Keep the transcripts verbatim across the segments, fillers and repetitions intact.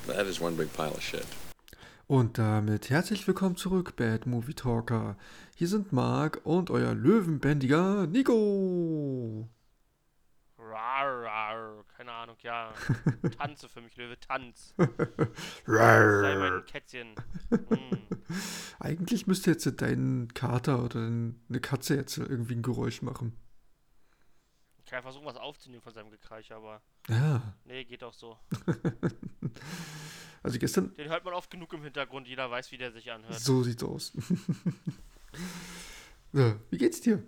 That is one big pile of shit. Und damit herzlich willkommen zurück, Bad Movie Talker. Hier sind Marc und euer Löwenbändiger Nico. Rar, rar, keine Ahnung, ja. Tanze für mich, Löwe, tanz. Sei mein Kätzchen. Hm. Eigentlich müsste jetzt dein Kater oder eine Katze jetzt irgendwie ein Geräusch machen. Ich kann ja versuchen, was aufzunehmen von seinem Gekreisch, aber Ja. nee, geht auch so. Also gestern, Den hört man oft genug im Hintergrund, jeder weiß, wie der sich anhört. so sieht's aus. Ja, wie geht's dir?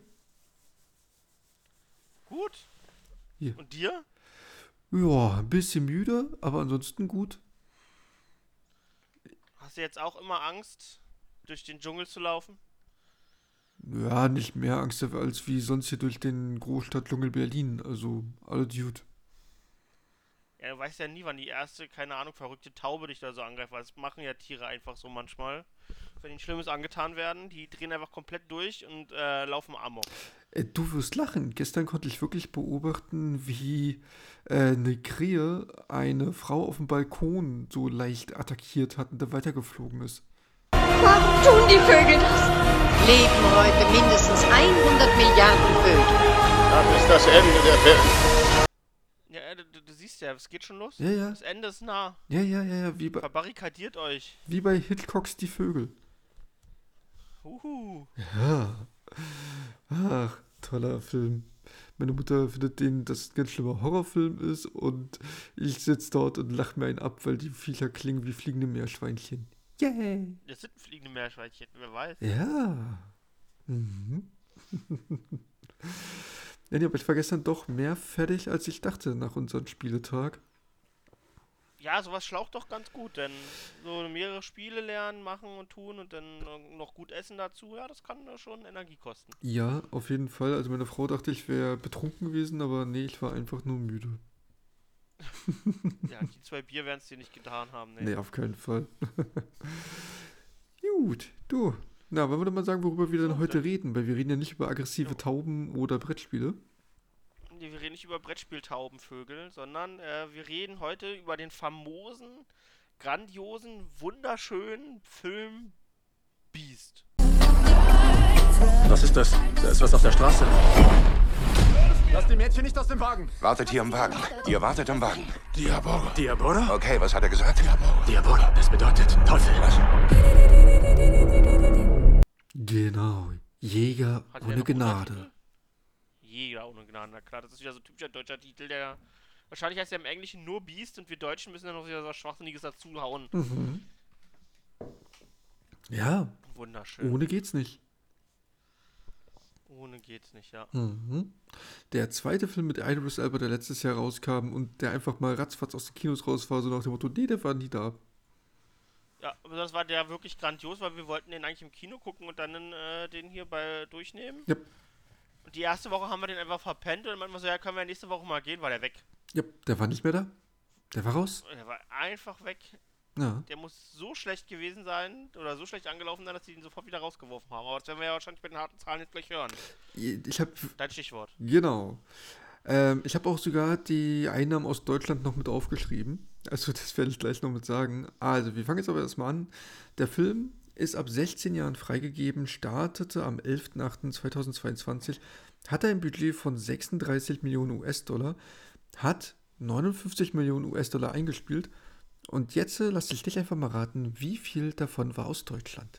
Gut. Hier. Und dir? Ja, ein bisschen müde, aber ansonsten gut. Hast du jetzt auch immer Angst, durch den Dschungel zu laufen? Ja, nicht mehr Angst als wie sonst hier durch den Großstadtdschungel Berlin. Also, alle Dude. Ja, du weißt ja nie, wann die erste, keine Ahnung, verrückte Taube dich da so angreift, weil das machen ja Tiere einfach so manchmal. Wenn ihnen Schlimmes angetan werden, die drehen einfach komplett durch und äh, laufen amok. Äh, Du wirst lachen. Gestern konnte ich wirklich beobachten, wie äh, eine Krähe eine Frau auf dem Balkon so leicht attackiert hat und dann weitergeflogen ist. Warum tun die Vögel das? Leben heute mindestens hundert Milliarden Vögel. Das ist das Ende der Welt. Ja, äh, du, du siehst ja, es geht schon los. Ja, ja. Das Ende ist nah. Ja, ja, ja, ja, wie bei, Verbarrikadiert euch. wie bei Hitchcocks Die Vögel. Huhu. Ja. Ach, toller Film. Meine Mutter findet den, dass es ein ganz schlimmer Horrorfilm ist und ich sitze dort und lache mir einen ab, weil die Viecher klingen wie fliegende Meerschweinchen. Yay! Das sind fliegende Meerschweinchen, wer weiß. Ja. Mhm. Ja, nee, aber ich war gestern doch mehr fertig, als ich dachte nach unserem Spieletag. Ja, sowas schlaucht doch ganz gut, denn so mehrere Spiele lernen, machen und tun und dann noch gut essen dazu, ja, das kann da schon Energie kosten. Ja, auf jeden Fall. Also meine Frau dachte, ich wäre betrunken gewesen, aber nee, ich war einfach nur müde. Ja, die zwei Bier werden es dir nicht getan haben, ne? Nee, auf keinen Fall. Gut, du. Na, wollen wir doch mal sagen, worüber wir denn So, heute dann- reden? Weil wir reden ja nicht über aggressive Jo. Tauben oder Brettspiele. Nee, wir reden nicht über Brettspieltaubenvögel, sondern äh, wir reden heute über den famosen, grandiosen, wunderschönen Film Beast. Was ist das? Da ist was auf der Straße. Lass die Mädchen nicht aus dem Wagen. Wartet hier im Wagen. Ihr wartet im Wagen. Diabolo. Diabolo? Okay, was hat er gesagt? Diabolo, das bedeutet Teufel. Genau. Jäger Hat der ohne noch Gnade. Untertitel? Jäger ohne Gnade, na klar, das ist wieder so ein typischer deutscher Titel, der wahrscheinlich heißt er im Englischen nur Beast und wir Deutschen müssen dann noch wieder so was Schwachsinniges dazuhauen. Mhm. Ja, Wunderschön. ohne geht's nicht. Ohne geht's nicht, ja. Mhm. Der zweite Film mit Idris Elba, der letztes Jahr rauskam und der einfach mal ratzfatz aus den Kinos raus war, so nach dem Motto, nee, der war nie da. Ja, aber das war der wirklich grandios, weil wir wollten den eigentlich im Kino gucken und dann äh, den hier bei durchnehmen. Ja. Und die erste Woche haben wir den einfach verpennt und dann meinten wir so, ja, können wir nächste Woche mal gehen, war der weg. Ja, der war nicht mehr da. Der war raus. Und der war einfach weg. Ja. Der muss so schlecht gewesen sein oder so schlecht angelaufen sein, dass sie ihn sofort wieder rausgeworfen haben. Aber das werden wir ja wahrscheinlich bei den harten Zahlen jetzt gleich hören. Ich habe Dein Stichwort. Genau. Ähm, ich habe auch sogar die Einnahmen aus Deutschland noch mit aufgeschrieben. Also das werde ich gleich noch mit sagen. Also wir fangen jetzt aber erstmal an. Der Film ist ab sechzehn Jahren freigegeben, startete am elfter achter zweitausendzweiundzwanzig, hatte ein Budget von sechsunddreißig Millionen U S-Dollar, hat neunundfünfzig Millionen U S-Dollar eingespielt und jetzt äh, lass ich dich einfach mal raten, wie viel davon war aus Deutschland?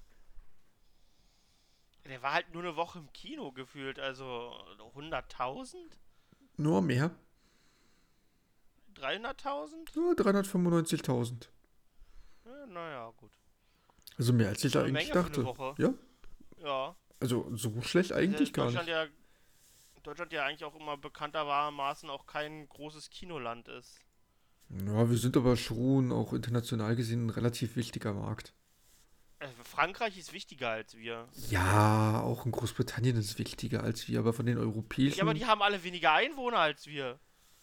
Der war halt nur eine Woche im Kino gefühlt, also hunderttausend? Nur mehr. dreihunderttausend? Nur dreihundertfünfundneunzigtausend. Ja, naja, gut. Also mehr als ich Eine eigentlich Menge für dachte. eine Woche. Ja, ja. also so schlecht eigentlich gar Deutschland nicht. ja, Deutschland ja eigentlich auch immer bekanntermaßen auch kein großes Kinoland ist. Ja, wir sind aber schon auch international gesehen ein relativ wichtiger Markt. Äh, Frankreich ist wichtiger als wir. Ja, auch in Großbritannien ist es wichtiger als wir, aber von den europäischen. Ja, aber die haben alle weniger Einwohner als wir.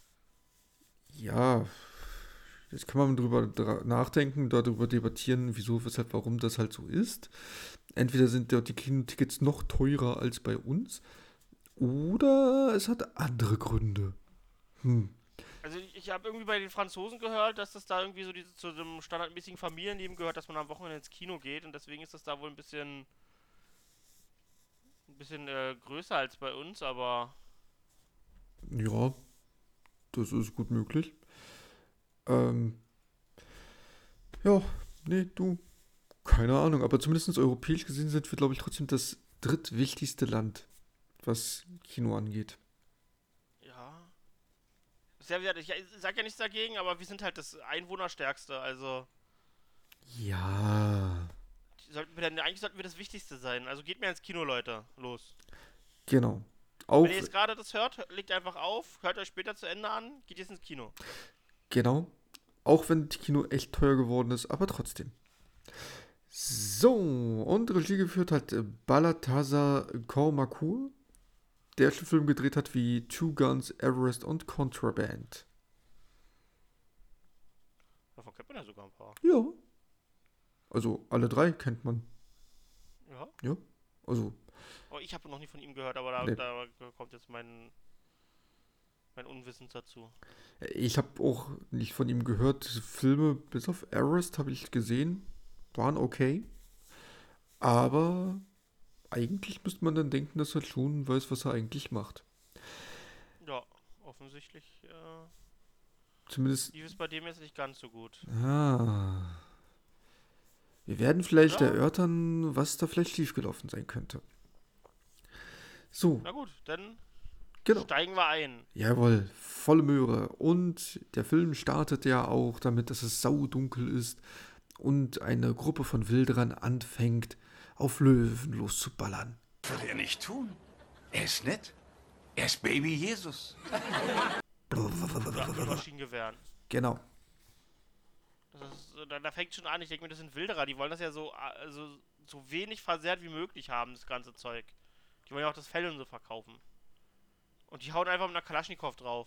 Ja, jetzt kann man drüber dra- nachdenken, darüber debattieren, wieso, weshalb, warum das halt so ist. Entweder sind dort die Kinotickets noch teurer als bei uns, oder es hat andere Gründe. Hm. Also Also ich, ich habe irgendwie bei den Franzosen gehört, dass das da irgendwie so diese, zu dem standardmäßigen Familienleben gehört, dass man am Wochenende ins Kino geht und deswegen ist das da wohl ein bisschen ein bisschen äh, größer als bei uns, aber Ja, das ist gut möglich. Ähm, ja, nee, du, keine Ahnung, aber zumindest europäisch gesehen sind wir, glaube ich, trotzdem das drittwichtigste Land, was Kino angeht. ja. Ist ja wieder, ich sag ja nichts dagegen, aber wir sind halt das Einwohnerstärkste, also Ja, sollten wir dann, eigentlich sollten wir das Wichtigste sein. Also geht mehr ins Kino, Leute. Los. genau. Auch, Wenn ihr jetzt gerade das hört, legt einfach auf, hört euch später zu Ende an, geht jetzt ins Kino. genau. Auch wenn Kino echt teuer geworden ist, aber trotzdem. So, und Regie geführt hat äh, Balthazar Kormákur, der schon Film gedreht hat wie Two Guns, Everest und Contraband. Davon kennt man ja sogar ein paar. Ja. Also alle drei kennt man. Ja. Ja. Also, Oh, ich habe noch nie von ihm gehört, aber da, Nee. da kommt jetzt mein, mein Unwissen dazu. ich habe auch nicht von ihm gehört. Filme bis auf Everest habe ich gesehen. Waren okay. Aber eigentlich müsste man dann denken, dass er schon weiß, was er eigentlich macht. Ja, offensichtlich äh, Zumindest. lief es bei dem jetzt nicht ganz so gut. Ah. Wir werden vielleicht Ja. erörtern, was da vielleicht schiefgelaufen sein könnte. So, Na gut, dann genau. steigen wir ein. Jawohl, volle Möhre. Und der Film startet ja auch damit, dass es saudunkel ist und eine Gruppe von Wilderern anfängt, auf Löwen loszuballern. Würde er nicht tun. Er ist nett. Er ist Baby Jesus. Ja, mit Maschinengewehren. Genau. Das ist, da, da fängt schon an, ich denke mir, das sind Wilderer, die wollen das ja so, also, so wenig versehrt wie möglich haben, das ganze Zeug. Die wollen ja auch das Fell und so verkaufen. Und die hauen einfach mit einer Kalaschnikow drauf.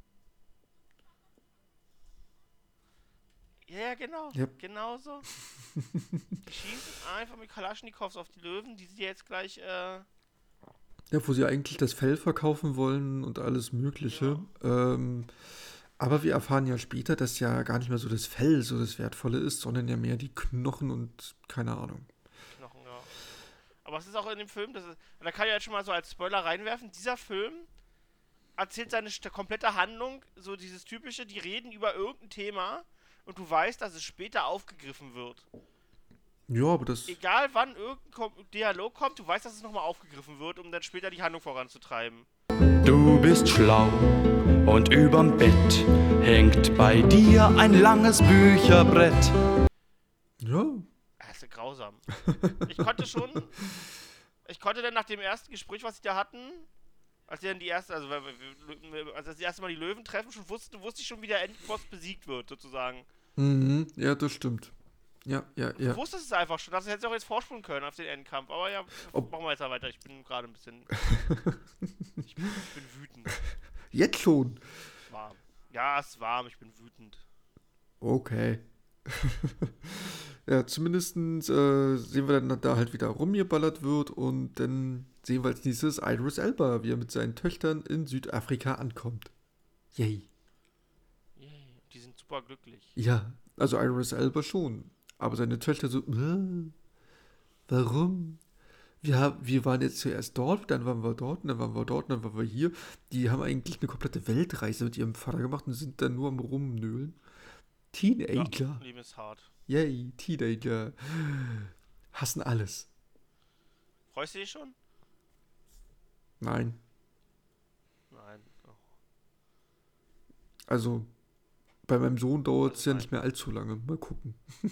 Ja, ja, genau. Yep. Genau so. Die schießen einfach mit Kalaschnikows auf die Löwen, die sie jetzt gleich, äh... Ja, wo sie eigentlich das Fell verkaufen wollen und alles Mögliche. Ähm, aber wir erfahren ja später, dass ja gar nicht mehr so das Fell so das Wertvolle ist, sondern ja mehr die Knochen und keine Ahnung. Knochen, ja. Aber es ist auch in dem Film, das ist, da kann ich jetzt schon mal so als Spoiler reinwerfen, dieser Film erzählt seine st- komplette Handlung, so dieses typische, die reden über irgendein Thema und du weißt, dass es später aufgegriffen wird. Ja, aber das. Egal wann irgendein Kom Dialog kommt, du weißt, dass es nochmal aufgegriffen wird, um dann später die Handlung voranzutreiben. Du bist schlau und überm Bett hängt bei dir ein langes Bücherbrett. Ja. Das ist grausam. Ich konnte schon, ich konnte dann nach dem ersten Gespräch, was sie da hatten, als sie dann die erste, also als das erste Mal die Löwen treffen, schon wusste, wusste ich schon, wie der Endboss besiegt wird, sozusagen. Mhm. Ja, das stimmt. Ja, ja, ja. Du wusstest es einfach schon, das hättest du auch jetzt vorspulen können auf den Endkampf, aber ja, Ob- machen wir jetzt mal weiter, ich bin gerade ein bisschen, ich bin, ich bin wütend. Jetzt schon. Warm. Ja, es ist warm, ich bin wütend. Okay. Ja, zumindest äh, sehen wir dann da halt wieder rumgeballert wird und dann sehen wir als nächstes Idris Elba, wie er mit seinen Töchtern in Südafrika ankommt. Yay. Yay, die sind super glücklich. Ja, also Idris Elba schon. Aber seine Töchter so, äh, warum? Wir, haben, wir waren jetzt zuerst dort, dann waren wir dort, und dann waren wir dort, und dann waren wir hier. Die haben eigentlich eine komplette Weltreise mit ihrem Vater gemacht und sind dann nur am Rumnölen. Teenager. Ja, Leben ist hart. Yay, Teenager. Hassen alles. Freust du dich schon? Nein. Nein. Oh. Also, bei meinem Sohn dauert es Also ja nein. nicht mehr allzu lange. Mal gucken.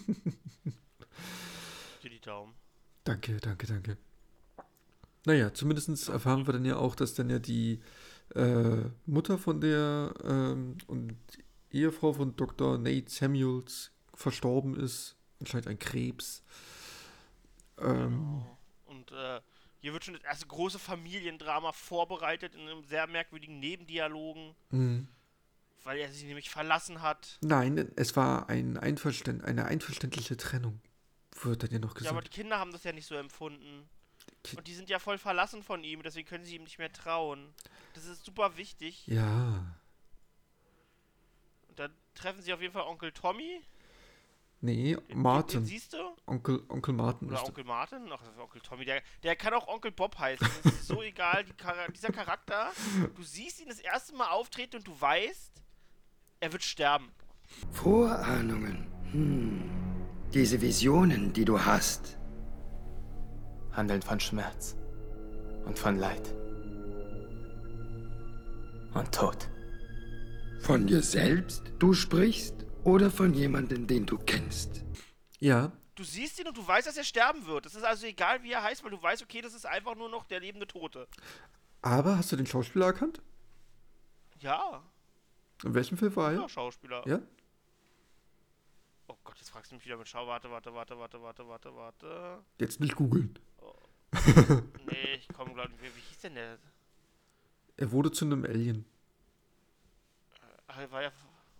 Dir die Daumen. Danke, danke, danke. Naja, zumindest erfahren wir dann ja auch, dass dann ja die äh, Mutter von der ähm, und Ehefrau von Doktor Nate Samuels verstorben ist. Anscheinend ein Krebs. Ähm, Genau. Und äh, hier wird schon das erste große Familiendrama vorbereitet in einem sehr merkwürdigen Nebendialogen, mh. weil er sich nämlich verlassen hat. Nein, es war ein Einverständ eine einverständliche Trennung, wird dann ja noch Ja, aber gesagt. die Kinder haben das ja nicht so empfunden. Ki- Und die sind ja voll verlassen von ihm, deswegen können sie ihm nicht mehr trauen. Das ist super wichtig. Ja. Dann treffen sie auf jeden Fall Onkel Tommy. Nee, Den, Martin. Den siehst du? Onkel, Onkel Martin. Oder ist- Onkel Martin? Ach, das ist Onkel Tommy. Der, der kann auch Onkel Bob heißen. Das ist so egal. Die Chara- dieser Charakter, du siehst ihn das erste Mal auftreten und du weißt, er wird sterben. Vorahnungen. Hm. Diese Visionen, die du hast. Handeln von Schmerz und von Leid und Tod. Von dir selbst du sprichst oder von jemandem, den du kennst? Ja, Du siehst ihn und du weißt, dass er sterben wird. Es ist also egal, wie er heißt, weil du weißt, okay, das ist einfach nur noch der lebende Tote. aber hast du den Schauspieler erkannt? Ja, In welchem Film war ja, er? Schauspieler. Ja? Oh Gott, jetzt fragst du mich wieder mit Schau. Warte, warte, warte, warte, warte, warte, warte. Jetzt nicht googeln. Nee, ich komme glaube nicht. Wie, wie hieß denn der? Er wurde zu einem Alien. Ach, er war ja.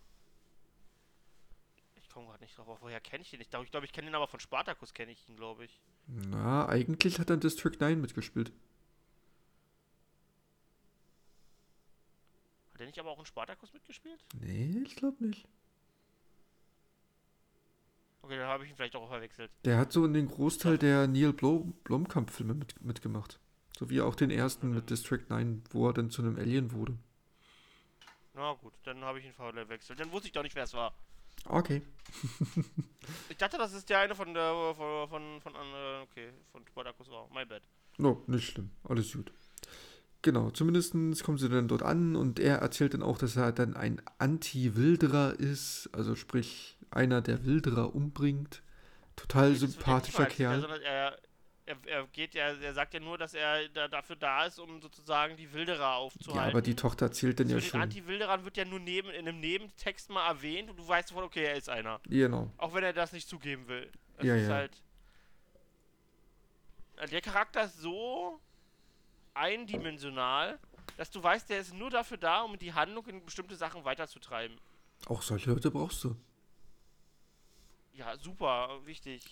Ich komme gerade nicht drauf. Auf. Woher kenne ich den nicht? Ich glaube, ich, glaub, ich kenne den aber von Spartacus, kenne ich ihn, glaube ich. Na, eigentlich hat er in District neun mitgespielt. Hat er nicht aber auch in Spartacus mitgespielt? Nee, ich glaube nicht. Okay, dann habe ich ihn vielleicht auch verwechselt. Der hat so in den Großteil der Neil Blom Blomkamp-Filme mit, mitgemacht. So wie auch den ersten mit District neun, wo er dann zu einem Alien wurde. Na gut, dann habe ich ihn verwechselt. Dann wusste ich doch nicht, wer es war. Okay. Ich dachte, das ist der eine von der von von, von, von äh, okay, von Spartacus war. My bad. No, nicht schlimm. Alles gut. Genau, zumindest kommen sie dann dort an und er erzählt dann auch, dass er dann ein Anti-Wilderer ist, also sprich einer, der Wilderer umbringt. Total Nee, das wird ja sympathischer nicht mal erzählt, Kerl. sondern er, er, er geht ja, er sagt ja nur, dass er da, dafür da ist, um sozusagen die Wilderer aufzuhalten. Ja, aber die Tochter erzählt dann Für ja den schon. Anti-Wilderern wird ja nur neben, in einem Nebentext mal erwähnt und du weißt sofort, okay, er ist einer. Genau. Auch wenn er das nicht zugeben will. Es Ja, ist ja. halt. Der Charakter ist so eindimensional, dass du weißt, der ist nur dafür da, um die Handlung in bestimmte Sachen weiterzutreiben. Auch solche Leute brauchst du. Ja, super, wichtig.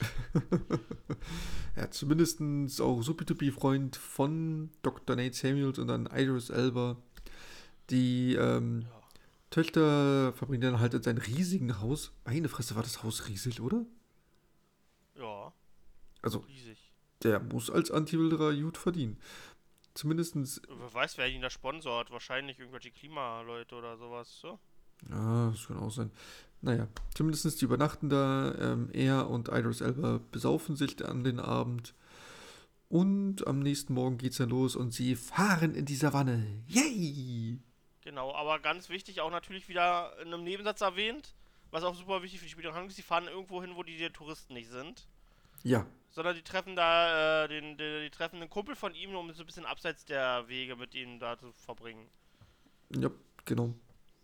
Er hat zumindest auch Supi-Dupi-Freund von Doktor Nate Samuels und dann Idris Elba. Die ähm, Ja. Töchter verbringen dann halt in seinem riesigen Haus. Meine Fresse, war das Haus riesig, oder? Ja, Also, riesig. der muss als Anti-Wilderer gut verdienen. Zumindestens, Wer weiß, wer ihn da sponsort. Wahrscheinlich irgendwelche Klimaleute oder sowas. So. ja, das kann auch sein. Naja, zumindest die übernachten da. Ähm, er und Idris Elba besaufen sich an den Abend. Und am nächsten Morgen geht's dann los und sie fahren in die Savanne. Yay! Genau, aber ganz wichtig, auch natürlich wieder in einem Nebensatz erwähnt, was auch super wichtig für die spätere Handlung ist, die fahren irgendwo hin, wo die, die Touristen nicht sind. Ja, Sondern die treffen da, äh, den, die, die treffen einen Kumpel von ihm, um so ein bisschen abseits der Wege mit ihnen da zu verbringen. ja, genau.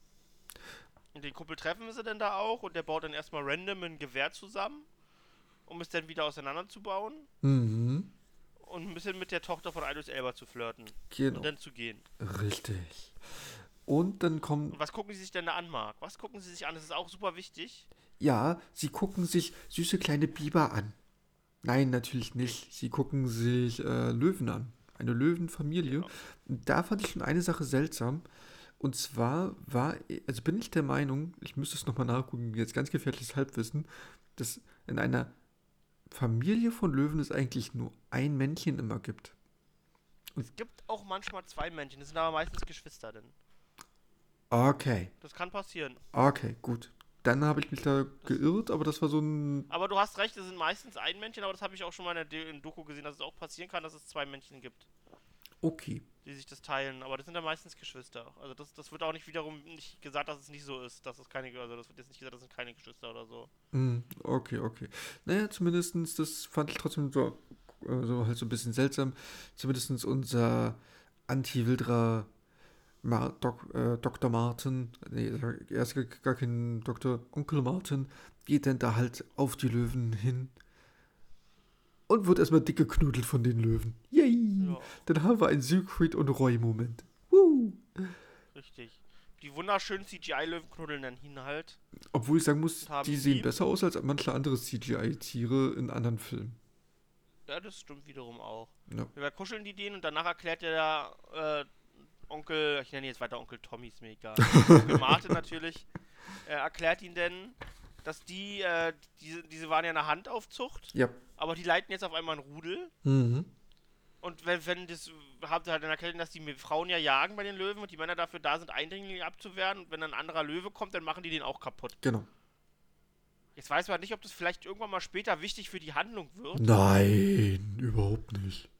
Und den Kumpel treffen sie dann da auch und der baut dann erstmal random ein Gewehr zusammen, um es dann wieder auseinanderzubauen Mhm, und ein bisschen mit der Tochter von Idris Elba zu flirten genau. und dann zu gehen. Richtig. Und dann kommen, Und was gucken sie sich denn da an, Marc? Was gucken sie sich an? Das ist auch super wichtig. ja, sie gucken sich süße kleine Biber an. Nein, natürlich nicht. Sie gucken sich äh, Löwen an. Eine Löwenfamilie. Und da fand ich schon eine Sache seltsam. Und zwar war, also bin ich der Meinung, ich müsste es nochmal nachgucken, jetzt ganz gefährliches Halbwissen, dass in einer Familie von Löwen es eigentlich nur ein Männchen immer gibt. Es gibt auch manchmal zwei Männchen, das sind aber meistens Geschwister denn. Okay, Das kann passieren. okay, gut. Dann habe ich mich da geirrt, aber das war so ein... Aber du hast recht, es sind meistens ein Männchen, aber das habe ich auch schon mal in der D- in Doku gesehen, dass es auch passieren kann, dass es zwei Männchen gibt, Okay. die sich das teilen. Aber das sind ja meistens Geschwister. Also das, das wird auch nicht wiederum nicht gesagt, dass es nicht so ist, dass es keine, also das wird jetzt nicht gesagt, das sind keine Geschwister oder so. Mm, Okay, okay. Naja, zumindestens, das fand ich trotzdem so, äh, so halt so ein bisschen seltsam. Zumindestens unser Anti-Wilderer Mar Dok äh, Doktor Martin, nee, er ist gar- gar kein Doktor, Onkel Martin, geht dann da halt auf die Löwen hin und wird erstmal dick geknuddelt von den Löwen. Yay! Ja, Dann haben wir einen Siegfried und Roy-Moment. Woo! richtig. Die wunderschönen C G I-Löwen knuddeln dann hin halt. Obwohl ich sagen muss, Haben die die sehen lieb? besser aus als manche andere C G I-Tiere in anderen Filmen. Ja, das stimmt wiederum auch. Ja. Wir kuscheln die den und danach erklärt der äh, Onkel, ich nenne ihn jetzt weiter Onkel Tommy, ist mir egal. Onkel Martin natürlich, äh, erklärt ihnen denn, dass die, äh, diese, diese waren ja eine Handaufzucht, Ja. aber die leiten jetzt auf einmal ein Rudel. Mhm. Und wenn, wenn das, habt ihr halt dann erklärt, dass die Frauen ja jagen bei den Löwen und die Männer dafür da sind, Eindringlinge abzuwehren. Und wenn ein anderer Löwe kommt, dann machen die den auch kaputt. Genau. Jetzt weiß man nicht, ob das vielleicht irgendwann mal später wichtig für die Handlung wird. Nein, überhaupt nicht.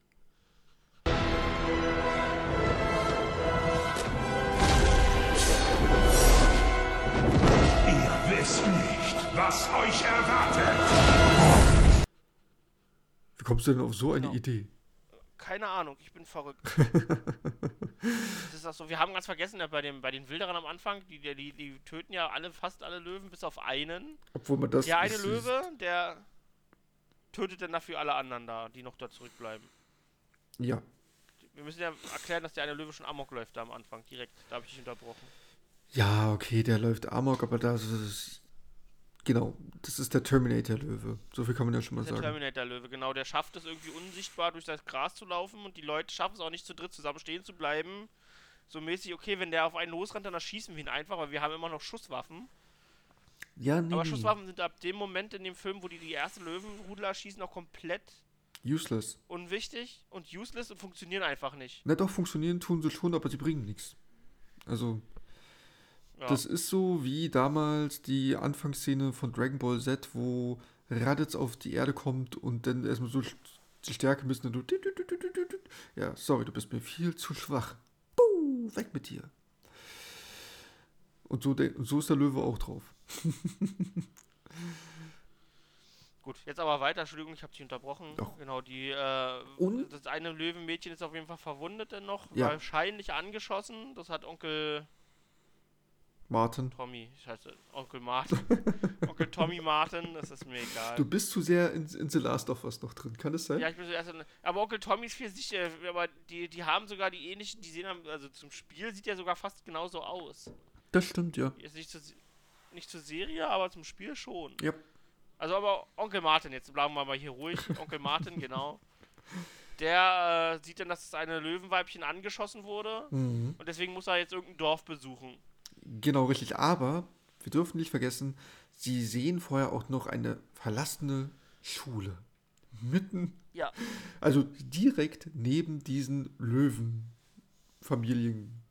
Ihr wisst nicht, was euch erwartet. Wie kommst du denn auf so eine Genau. Idee? Keine Ahnung, ich bin verrückt. Das ist auch so, wir haben ganz vergessen, ja, bei, dem, bei den Wilderern am Anfang, die, die, die, die töten ja alle, fast alle Löwen, bis auf einen. Obwohl man das... Der eine ist- Löwe, der tötet dann dafür alle anderen da, die noch da zurückbleiben. Ja. Wir müssen ja erklären, dass der eine Löwe schon Amok läuft da am Anfang, direkt. Da habe ich dich unterbrochen. Ja, okay, der läuft Amok, aber das ist... Genau, das ist der Terminator-Löwe. So viel kann man ja schon mal Der sagen. Terminator-Löwe, genau. Der schafft es irgendwie unsichtbar durch das Gras zu laufen und die Leute schaffen es auch nicht zu dritt zusammen stehen zu bleiben. So mäßig, okay, wenn der auf einen losrennt, dann erschießen wir ihn einfach, weil wir haben immer noch Schusswaffen. Ja, nee, Aber nee. Schusswaffen sind ab dem Moment in dem Film, wo die die erste Löwenrudel erschießen, auch komplett Useless. unwichtig und useless und funktionieren einfach nicht. Na doch, funktionieren tun sie schon, aber sie bringen nichts. Also... Ja. Das ist so wie damals die Anfangsszene von Dragon Ball Z, wo Raditz auf die Erde kommt und dann erstmal so die Stärke müssen und du. Ja, sorry, du bist mir viel zu schwach. Buh, weg mit dir. Und so, de- so ist der Löwe auch drauf. Gut, jetzt aber weiter, Entschuldigung, ich habe dich unterbrochen. Doch. Genau, die, äh, Und? das eine Löwenmädchen ist auf jeden Fall verwundet denn noch, Ja. wahrscheinlich angeschossen. Das hat Onkel Martin. Tommy, scheiße, Onkel Martin. Onkel Tommy Martin, das ist mir egal. Du bist zu sehr in, in The Last of Us noch drin, kann das sein? Ja, ich bin so erst. in- Aber Onkel Tommy ist viel sicher, aber die, die haben sogar die ähnlichen, die sehen, am- also zum Spiel sieht er sogar fast genauso aus. Das stimmt, ja. Ist nicht zur, Se- nicht zur Serie, aber zum Spiel schon. Ja. Also aber Onkel Martin, jetzt bleiben wir mal hier ruhig. Onkel Martin, genau. Der äh, sieht dann, dass das eine Löwenweibchen angeschossen wurde. Mhm. Und deswegen muss er jetzt irgendein Dorf besuchen. Genau, richtig. Aber wir dürfen nicht vergessen, sie sehen vorher auch noch eine verlassene Schule. Mitten, Ja. also direkt neben diesen Löwenfamilien.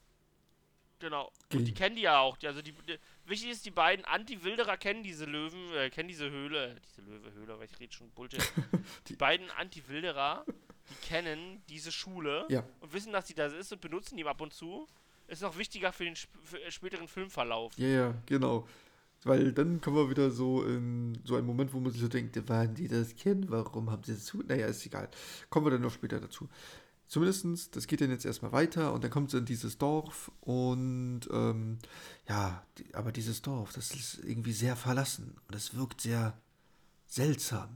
Genau. Gehen. Und die kennen die ja auch. Die, also die, die, wichtig ist, die beiden Anti-Wilderer kennen diese Löwen, äh, kennen diese Höhle, diese Löwe-Höhle, weil ich rede schon Bullshit. die beiden Anti-Wilderer, die kennen diese Schule Ja. und wissen, dass sie das ist und benutzen die ab und zu. Ist noch wichtiger für den sp für, äh, späteren Filmverlauf. Ja, ja, genau. Weil dann kommen wir wieder so in so einen Moment, wo man sich so denkt, waren die das Kind? Warum haben sie das zu? Naja, ist egal. Kommen wir dann noch später dazu. Zumindest, das geht dann jetzt erstmal weiter und dann kommt sie in dieses Dorf und ähm, ja, die, aber dieses Dorf, das ist irgendwie sehr verlassen und es wirkt sehr seltsam.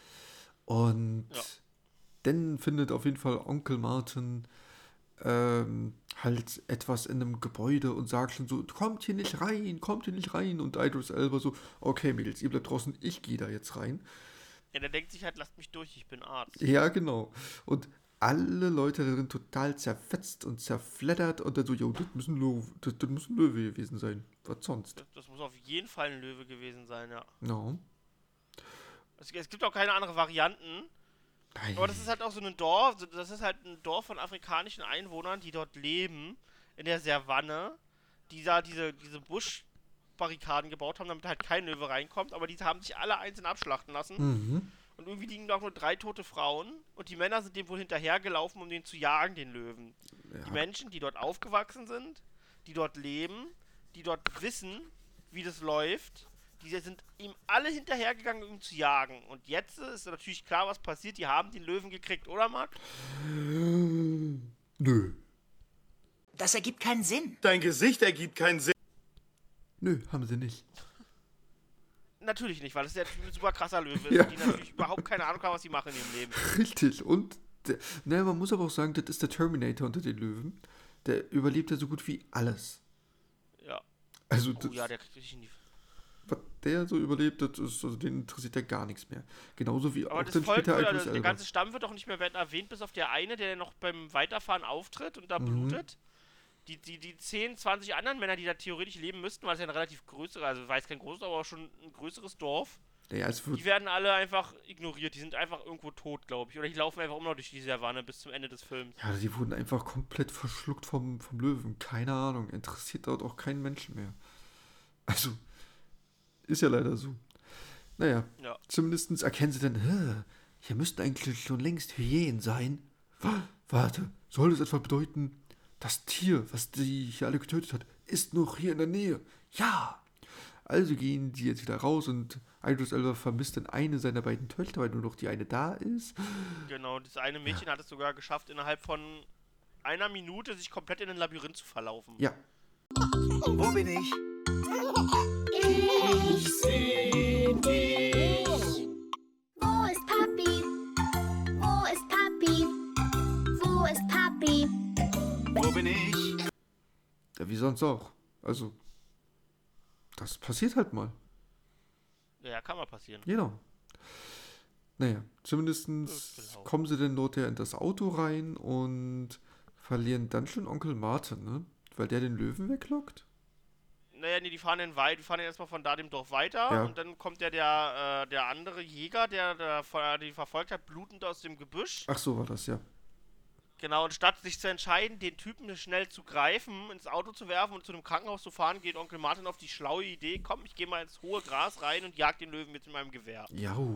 Und Ja. dann findet auf jeden Fall Onkel Martin ähm, halt etwas in einem Gebäude und sagt schon so, kommt hier nicht rein, kommt hier nicht rein. Und Idris Elba so, okay Mädels, ihr bleibt draußen, ich gehe da jetzt rein. Ja, der denkt sich halt, lasst mich durch, ich bin Arzt. Ja, genau. Und alle Leute darin total zerfetzt und zerfleddert und dann so, jo, das müssen Löwe, das, das müssen Löwe gewesen sein. Was sonst? Das, das muss auf jeden Fall ein Löwe gewesen sein, ja. No. Es, es gibt auch keine anderen Varianten. Nein. Aber das ist halt auch so ein Dorf, das ist halt ein Dorf von afrikanischen Einwohnern, die dort leben, in der Savanne, die da diese, diese Buschbarrikaden gebaut haben, damit halt kein Löwe reinkommt, aber die haben sich alle einzeln abschlachten lassen. Mhm. Und irgendwie liegen da auch nur drei tote Frauen und die Männer sind dem wohl hinterhergelaufen, um den zu jagen, den Löwen. Ja. Die Menschen, die dort aufgewachsen sind, die dort leben, die dort wissen, wie das läuft, die sind ihm alle hinterhergegangen, um ihn zu jagen. Und jetzt ist natürlich klar, was passiert. Die haben den Löwen gekriegt, oder, Marc? Nö. Das ergibt keinen Sinn. Dein Gesicht ergibt keinen Sinn. Nö, haben sie nicht. Natürlich nicht, weil das ist ja ein super krasser Löwe ist, Ja. die natürlich überhaupt keine Ahnung haben, was sie machen in ihrem Leben. Richtig. Und, der, naja, man muss aber auch sagen, das ist der Terminator unter den Löwen. Der überlebt ja so gut wie alles. Ja. Also, Oh das, ja, der kriegt richtig in die... was der so überlebt, das ist, also den interessiert ja gar nichts mehr. Genauso wie Aber auch das dann Volk, später oder Idris der Elba. ganze Stamm wird doch nicht mehr erwähnt, bis auf der eine, der noch beim Weiterfahren auftritt und da Mhm. blutet. die, die, die zehn, zwanzig anderen Männer, die da theoretisch leben müssten, weil es ja ein relativ größeres, also weiß kein großes, aber auch schon ein größeres Dorf, Ja, es wird, die werden alle einfach ignoriert. Die sind einfach irgendwo tot, glaube ich. Oder die laufen einfach immer noch durch die Savanne bis zum Ende des Films. ja, die wurden einfach komplett verschluckt vom, vom Löwen. Keine Ahnung. Interessiert dort auch keinen Menschen mehr. Also, ist ja leider so. Naja, Ja. zumindest erkennen sie dann, "Hä, hier müssten eigentlich schon längst Hyänen sein. Wa- Warte, soll das etwa bedeuten, das Tier, was die hier alle getötet hat, ist noch hier in der Nähe? Ja! Also gehen die jetzt wieder raus und Idris Elba vermisst dann eine seiner beiden Töchter, weil nur noch die eine da ist. Genau, das eine Mädchen hat es sogar geschafft, innerhalb von einer Minute sich komplett in ein Labyrinth zu verlaufen. Ja, Wo bin ich? Ich seh dich. Wo ist Papi? Wo ist Papi? Wo ist Papi? Wo bin ich? ja, wie sonst auch. Also, das passiert halt mal. Ja, kann mal passieren. Genau. Naja, zumindest Genau. kommen sie dann dort ja in das Auto rein und verlieren dann schon Onkel Martin, ne? Weil der den Löwen weglockt. Naja, nee, die fahren dann weit, die fahren dann erstmal von da dem Dorf weiter Ja. und dann kommt ja der, äh, der andere Jäger, der, der ver- die verfolgt hat, blutend aus dem Gebüsch. Ach so war das, ja. Genau, und statt sich zu entscheiden, den Typen schnell zu greifen, ins Auto zu werfen und zu einem Krankenhaus zu fahren, geht Onkel Martin auf die schlaue Idee, komm, ich gehe mal ins hohe Gras rein und jag den Löwen mit in meinem Gewehr. Jau.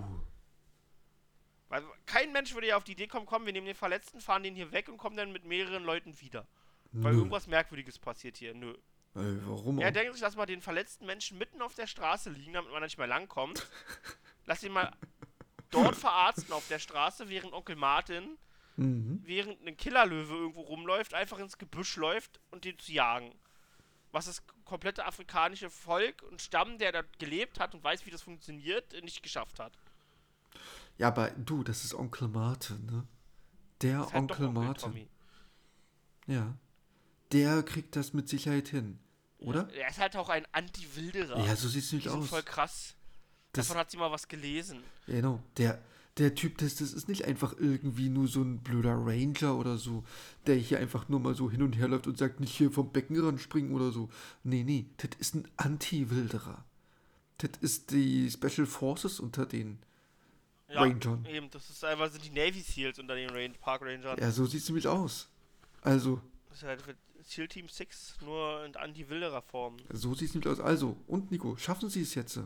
Weil kein Mensch würde ja auf die Idee kommen, komm, wir nehmen den Verletzten, fahren den hier weg und kommen dann mit mehreren Leuten wieder. Weil Nö. irgendwas Merkwürdiges passiert hier. Nö. Ey, warum Er auch? denkt sich, lass mal den verletzten Menschen mitten auf der Straße liegen, damit man da nicht mehr langkommt. Lass ihn mal dort verarzten auf der Straße, während Onkel Martin, Mhm. während ein Killerlöwe irgendwo rumläuft, einfach ins Gebüsch läuft und den zu jagen. Was das komplette afrikanische Volk und Stamm, der da gelebt hat und weiß, wie das funktioniert, nicht geschafft hat. Ja, aber du, das ist Onkel Martin, ne? Der Das ist halt doch Onkel Onkel Martin. Tommy. Ja. Der kriegt das mit Sicherheit hin, oder? Er ist halt auch ein Anti-Wilderer. Ja, so sieht's nämlich Die sind aus. voll krass. Das- Davon hat sie mal was gelesen. Genau, der, der Typ, das, das ist nicht einfach irgendwie nur so ein blöder Ranger oder so, der hier einfach nur mal so hin und her läuft und sagt, nicht hier vom Beckenrand springen oder so. Nee, nee, das ist ein Anti-Wilderer. Das ist die Special Forces unter den Ja, Rangern. eben, das ist einfach, sind die Navy Seals unter den Range, Park Rangern. Ja, so sieht's nämlich aus. Also, Das ist halt für Seal Team sechs, nur in Anti-Wilderer-Form. so sieht's nämlich aus. Also, und Nico, schaffen Sie es jetzt?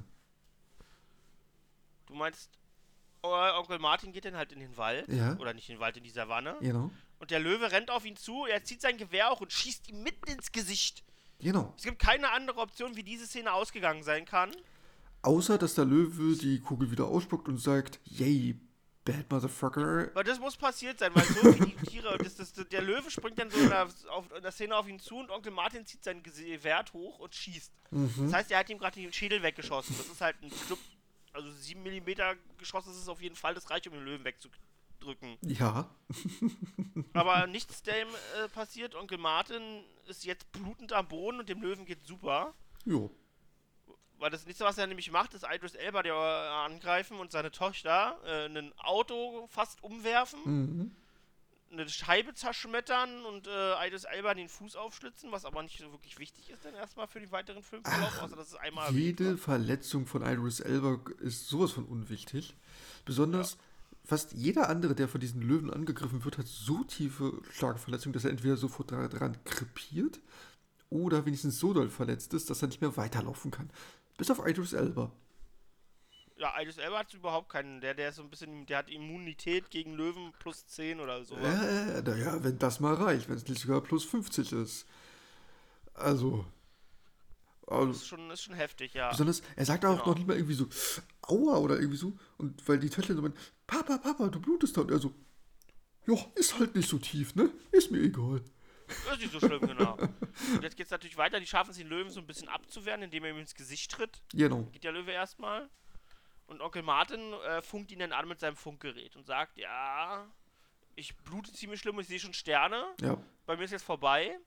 Du meinst, euer Onkel Martin geht dann halt in den Wald. Ja. Oder nicht in den Wald, in die Savanne. Genau. Und der Löwe rennt auf ihn zu, er zieht sein Gewehr auch und schießt ihm mitten ins Gesicht. Genau. Es gibt keine andere Option, wie diese Szene ausgegangen sein kann. Außer, dass der Löwe die Kugel wieder ausspuckt und sagt, yay, bad motherfucker. Weil das muss passiert sein, weil so wie die Tiere, das, das, der Löwe springt dann so in der, auf, in der Szene auf ihn zu und Onkel Martin zieht sein Gewehr hoch und schießt. Mhm. Das heißt, er hat ihm gerade den Schädel weggeschossen. Das ist halt ein Stück, also sieben Millimeter Geschoss, das ist auf jeden Fall, das reicht, um den Löwen wegzudrücken. Ja. Aber nichts dem äh, passiert. Onkel Martin ist jetzt blutend am Boden und dem Löwen geht super. Jo. Weil das nächste, was er nämlich macht, ist Idris Elba, der äh, angreifen und seine Tochter äh, ein Auto fast umwerfen, Mhm. eine Scheibe zerschmettern und äh, Idris Elba den Fuß aufschlitzen, was aber nicht so wirklich wichtig ist dann erstmal für den weiteren Filmverlauf, außer dass es einmal erwähnt Jede wird. Verletzung von Idris Elba ist sowas von unwichtig. Besonders fast jeder andere, der von diesen Löwen angegriffen wird, hat so tiefe starke Verletzungen, dass er entweder sofort dra- dran krepiert oder wenigstens so doll verletzt ist, dass er nicht mehr weiterlaufen kann. Bis auf Idris Elba. Ja, Idris Elba hat überhaupt keinen, der, der ist so ein bisschen, der hat Immunität gegen Löwen plus zehn oder so. Äh, naja, wenn das mal reicht, wenn es nicht sogar plus fünfzig ist. Also. also Das ist schon, ist schon heftig, ja. Besonders, er sagt auch Genau. noch nicht mal irgendwie so, aua oder irgendwie so. Und weil die Töchter so meinen, Papa, Papa, du blutest da. Und er so, ja, ist halt nicht so tief, ne? Ist mir egal. Ist nicht so schlimm, genau. Und jetzt geht's natürlich weiter, die schaffen es, den Löwen so ein bisschen abzuwehren, indem er ihm ins Gesicht tritt. Genau. Geht der Löwe erstmal. Und Onkel Martin äh, funkt ihn dann an mit seinem Funkgerät und sagt, ja, ich blute ziemlich schlimm und ich sehe schon Sterne. Ja. Bei mir ist jetzt vorbei.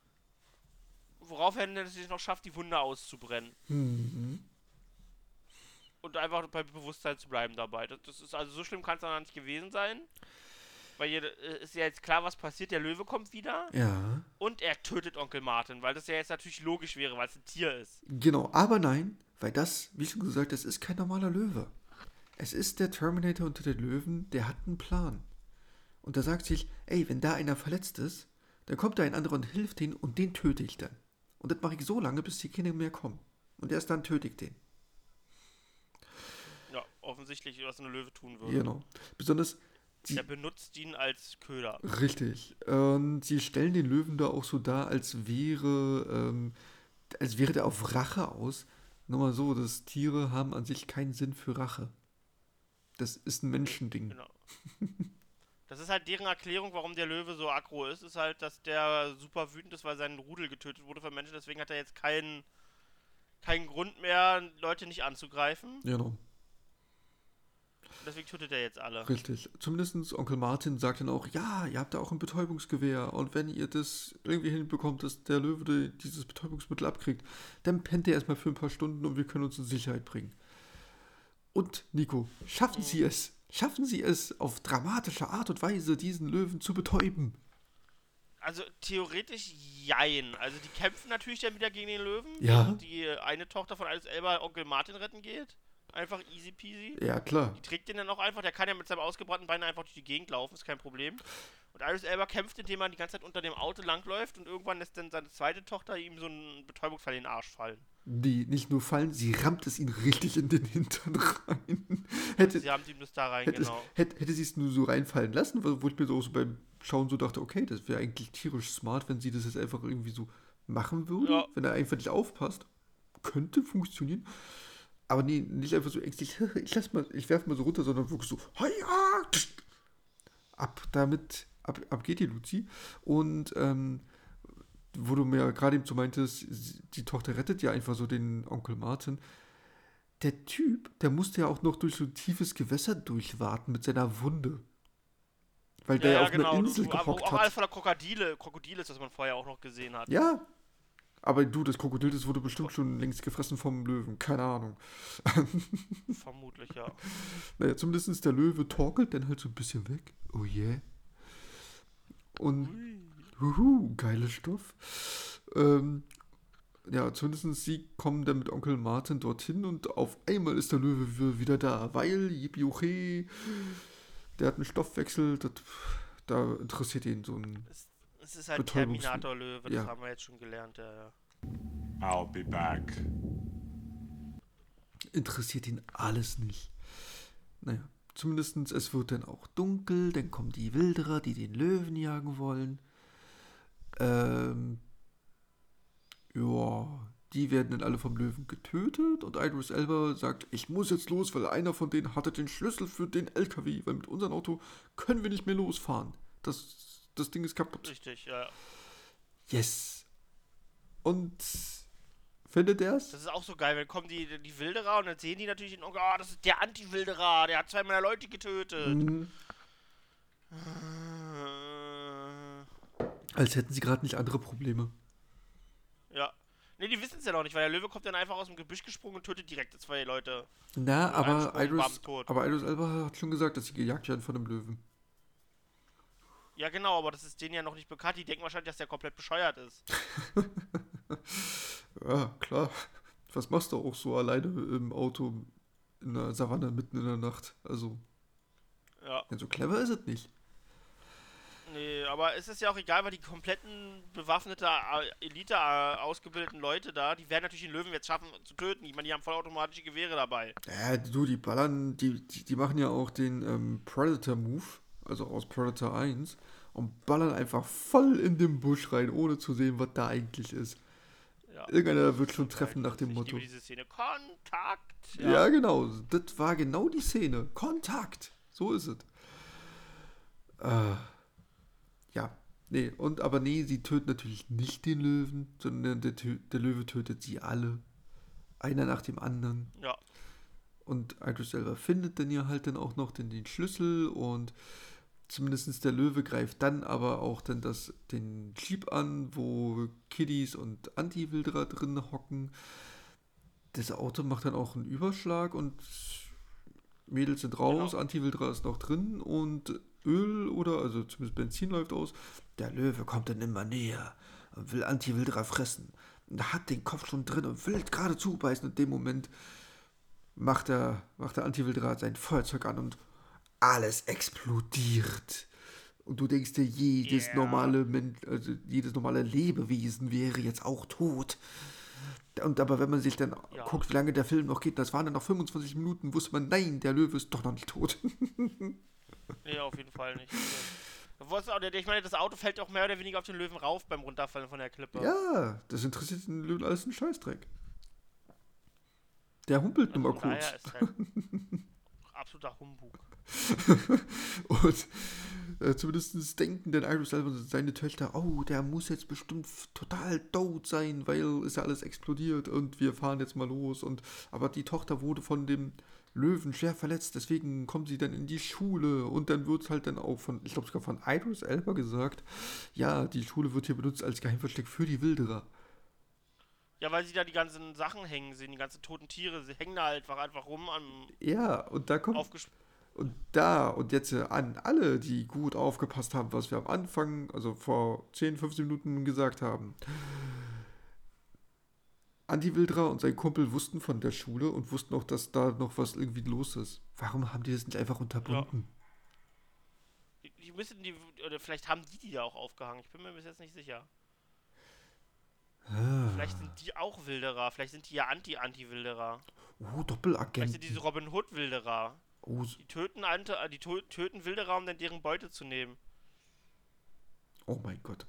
Worauf er dann es noch schafft, die Wunde auszubrennen. Mhm. Und einfach bei Bewusstsein zu bleiben dabei. Das, das ist also so schlimm kann es dann nicht gewesen sein. Weil hier äh, ist ja jetzt klar, was passiert. Der Löwe kommt wieder. Ja. Und er tötet Onkel Martin, weil das ja jetzt natürlich logisch wäre, weil es ein Tier ist. Genau, aber nein, weil das, wie schon gesagt, das ist kein normaler Löwe. Es ist der Terminator unter den Löwen, der hat einen Plan. Und der sagt sich, ey, wenn da einer verletzt ist, dann kommt da ein anderer und hilft ihn und den töte ich dann. Und das mache ich so lange, bis die Kinder mehr kommen. Und erst dann töte ich den. Ja, offensichtlich, was eine Löwe tun würde. Genau. Besonders... Die, der benutzt ihn als Köder. Richtig. Und sie stellen den Löwen da auch so dar, als wäre, ähm, als wäre der auf Rache aus. Nur mal so, dass Tiere haben an sich keinen Sinn für Rache. Das ist ein Menschending. Genau. Das ist halt deren Erklärung, warum der Löwe so aggro ist, ist halt, dass der super wütend ist, weil sein Rudel getötet wurde von Menschen. Deswegen hat er jetzt keinen, keinen Grund mehr, Leute nicht anzugreifen. Genau. Deswegen tötet er jetzt alle. Richtig. Zumindest Onkel Martin sagt dann auch, ja, ihr habt da auch ein Betäubungsgewehr und wenn ihr das irgendwie hinbekommt, dass der Löwe dieses Betäubungsmittel abkriegt, dann pennt er erstmal für ein paar Stunden und wir können uns in Sicherheit bringen. Und, Nico, schaffen mhm. Sie es, schaffen Sie es auf dramatische Art und Weise, diesen Löwen zu betäuben? Also theoretisch jein. Also die kämpfen natürlich dann wieder gegen den Löwen, ja. während die eine Tochter von Idris Elba Onkel Martin retten geht. Einfach easy peasy. Ja, klar. Die trägt den dann auch einfach. Der kann ja mit seinem ausgebrannten Bein einfach durch die Gegend laufen, ist kein Problem. Und Idris Elba kämpft, indem er die ganze Zeit unter dem Auto langläuft und irgendwann lässt dann seine zweite Tochter ihm so einen Betäubungsfall in den Arsch fallen. Die nicht nur fallen, sie rammt es ihn richtig in den Hintern rein. Hätte, sie rammt ihm das da rein, hätte, genau. Hätte, hätte sie es nur so reinfallen lassen, wo ich mir so, so beim Schauen so dachte, okay, das wäre eigentlich tierisch smart, wenn sie das jetzt einfach irgendwie so machen würde. Ja. Wenn er einfach nicht aufpasst. Könnte funktionieren. Aber nee, nicht einfach so ängstlich, ich lass mal, ich werfe mal so runter, sondern wirklich so, ja, ab damit, ab, ab geht die Luzi. Und ähm, wo du mir gerade eben so meintest, die Tochter rettet ja einfach so den Onkel Martin. Der Typ, der musste ja auch noch durch so ein tiefes Gewässer durchwarten mit seiner Wunde. Weil ja, der ja, ja auf genau. einer Insel du, gehockt auch hat. Auch alles voller Krokodile, Krokodile ist, was man vorher auch noch gesehen hat. Ja. Aber du, das Krokodil, das wurde bestimmt schon längst gefressen vom Löwen. Keine Ahnung. Vermutlich, ja. Naja, zumindest ist der Löwe torkelt dann halt so ein bisschen weg. Oh yeah. Und, huhu, geiler Stoff. Ähm, ja, zumindest sie kommen dann mit Onkel Martin dorthin und auf einmal ist der Löwe wieder da. Weil, yippie, okay, der hat einen Stoffwechsel, das, da interessiert ihn so ein... Es Es ist halt Terminator-Löwe, das ja. haben wir jetzt schon gelernt, ja, ja. I'll be back. Interessiert ihn alles nicht. Naja, zumindest es wird dann auch dunkel, dann kommen die Wilderer, die den Löwen jagen wollen. Ähm, ja, die werden dann alle vom Löwen getötet und Idris Elba sagt, ich muss jetzt los, weil einer von denen hatte den Schlüssel für den L K W, weil mit unserem Auto können wir nicht mehr losfahren. Das Das Ding ist kaputt. Richtig, ja. Yes. Und findet er es? Das ist auch so geil, wenn kommen die, die Wilderer und dann sehen die natürlich den Onkel, oh, das ist der Anti-Wilderer, der hat zwei meiner Leute getötet. Mhm. Als hätten sie gerade nicht andere Probleme. Ja. Ne, die wissen es ja noch nicht, weil der Löwe kommt dann einfach aus dem Gebüsch gesprungen und tötet direkt zwei Leute. Na, aber Idris, aber Idris Elba hat schon gesagt, dass sie gejagt werden von dem Löwen. Ja, genau, aber das ist denen ja noch nicht bekannt. Die denken wahrscheinlich, dass der komplett bescheuert ist. Ja, klar. Was machst du auch so alleine im Auto in der Savanne mitten in der Nacht? Also, ja. Ja, so clever ist es nicht. Nee, aber es ist ja auch egal, weil die kompletten bewaffnete Elite äh, ausgebildeten Leute da, die werden natürlich den Löwen jetzt schaffen zu töten. Ich meine, die haben vollautomatische Gewehre dabei. Ja, du, die ballern, die, die, die machen ja auch den ähm, Predator-Move, also aus Predator eins, und ballern einfach voll in den Busch rein, ohne zu sehen, was da eigentlich ist. Ja, irgendeiner wird schon treffen nach dem Motto. Ich liebe diese Szene. Kontakt! Ja. ja, genau. Das war genau die Szene. Kontakt! So ist es. Äh, ja. Nee, und aber nee, sie töten natürlich nicht den Löwen, sondern der, der Löwe tötet sie alle. Einer nach dem anderen. Ja. Und Idris Elba findet dann ja halt dann auch noch den, den Schlüssel und zumindest der Löwe greift dann aber auch dann das, den Jeep an, wo Kiddies und Anti-Wilderer drin hocken. Das Auto macht dann auch einen Überschlag und Mädels sind raus, genau. Anti-Wilderer ist noch drin und Öl oder, also zumindest Benzin läuft aus. Der Löwe kommt dann immer näher und will Anti-Wildra fressen. Und hat den Kopf schon drin und will gerade zubeißen. Und in dem Moment macht der, macht der Anti-Wildra sein Feuerzeug an und alles explodiert. Und du denkst dir, jedes, yeah. normale, Men- also jedes normale Lebewesen wäre jetzt auch tot. Und aber wenn man sich dann ja. guckt, wie lange der Film noch geht, das waren dann noch fünfundzwanzig Minuten, wusste man, nein, der Löwe ist doch noch nicht tot. Nee, auf jeden Fall nicht. Ich meine, das Auto fällt auch mehr oder weniger auf den Löwen rauf beim Runterfallen von der Klippe. Ja, das interessiert den Löwen alles einen Scheißdreck. Der humpelt also nur mal kurz. Ist halt absoluter Humbug. Und äh, zumindest denken dann Idris Elba und seine Töchter, oh, der muss jetzt bestimmt f- total tot sein, weil ist ja alles explodiert und wir fahren jetzt mal los. Und aber die Tochter wurde von dem Löwen schwer verletzt, deswegen kommen sie dann in die Schule und dann wird halt dann auch von, ich glaube sogar von Idris Elba gesagt, ja, die Schule wird hier benutzt als Geheimversteck für die Wilderer. Ja, weil sie da die ganzen Sachen hängen sehen, die ganzen toten Tiere, sie hängen da halt einfach, einfach rum an. Ja, und da kommt. Aufgesp- und da, und jetzt äh, an alle, die gut aufgepasst haben, was wir am Anfang, also vor zehn, fünfzehn Minuten gesagt haben. Anti-Wildra und sein Kumpel wussten von der Schule und wussten auch, dass da noch was irgendwie los ist. Warum haben die das nicht einfach unterbunden? Ja. Die, die müssen die, oder vielleicht haben die die da auch aufgehangen, ich bin mir bis jetzt nicht sicher. Ah. Vielleicht sind die auch Wilderer, vielleicht sind die ja Anti-Anti-Wilderer. Oh, Doppelagenten. Vielleicht sind diese Robin Hood-Wilderer. Oh. Die töten, Ante, die to- töten Wilderer, um dann deren Beute zu nehmen. Oh mein Gott.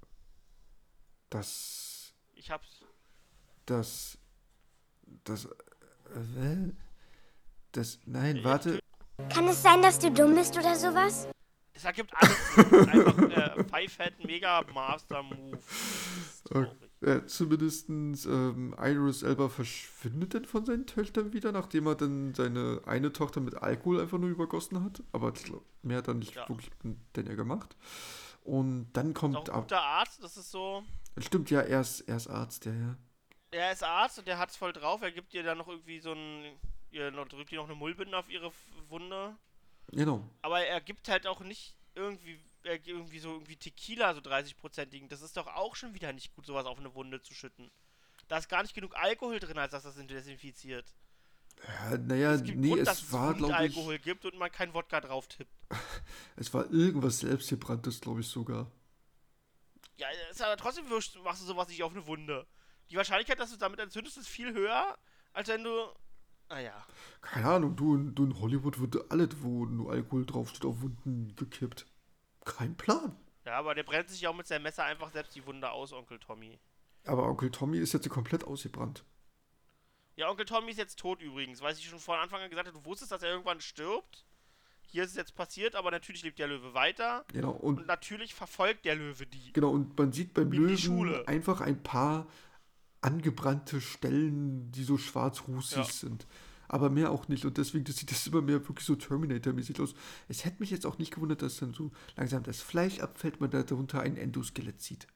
Das... Ich hab's. Das... Das... Äh, das... Nein, warte. Kann es sein, dass du dumm bist oder sowas? Es ergibt alles Sinn. Einfach äh, Five-Head Mega Master Move. Okay. Äh, zumindestens ähm, Idris Elba verschwindet dann von seinen Töchtern wieder, nachdem er dann seine eine Tochter mit Alkohol einfach nur übergossen hat. Aber mehr hat er nicht ja. wirklich denn er gemacht. Und dann kommt... Ist auch ein guter Arzt, das ist so... Stimmt, ja, er ist, er ist Arzt, ja, ja. Er ist Arzt und der hat's voll drauf. Er gibt ihr dann noch irgendwie so ein... Ihr drückt ihr noch eine Mullbinde auf ihre Wunde. Genau. Aber er gibt halt auch nicht irgendwie... irgendwie so irgendwie Tequila, so dreißig-prozentigen, das ist doch auch schon wieder nicht gut, sowas auf eine Wunde zu schütten. Da ist gar nicht genug Alkohol drin, als dass das desinfiziert. Ja, naja, es gibt nee, Grund, es dass war, es glaube ich... Alkohol gibt und man kein Wodka drauf tippt. Es war irgendwas selbstgebranntes, glaube ich sogar. Ja, ist aber trotzdem machst du sowas nicht auf eine Wunde. Die Wahrscheinlichkeit, dass du damit entzündest, ist viel höher, als wenn du... Naja. Keine Ahnung, du, du in Hollywood wird alles, wo nur Alkohol draufsteht, auf Wunden gekippt. Kein Plan. Ja, aber der brennt sich ja auch mit seinem Messer einfach selbst die Wunde aus, Onkel Tommy. Aber Onkel Tommy ist jetzt komplett ausgebrannt. Ja, Onkel Tommy ist jetzt tot übrigens, weil ich schon von Anfang an gesagt habe, du wusstest, dass er irgendwann stirbt. Hier ist es jetzt passiert, aber natürlich lebt der Löwe weiter. Genau. Und, und natürlich verfolgt der Löwe die. Genau, und man sieht beim Löwen einfach ein paar angebrannte Stellen, die so schwarz-rußig ja. sind. Aber mehr auch nicht. Und deswegen das sieht das immer mehr wirklich so Terminator-mäßig aus. Es hätte mich jetzt auch nicht gewundert, dass dann so langsam das Fleisch abfällt, man da darunter ein Endoskelett sieht.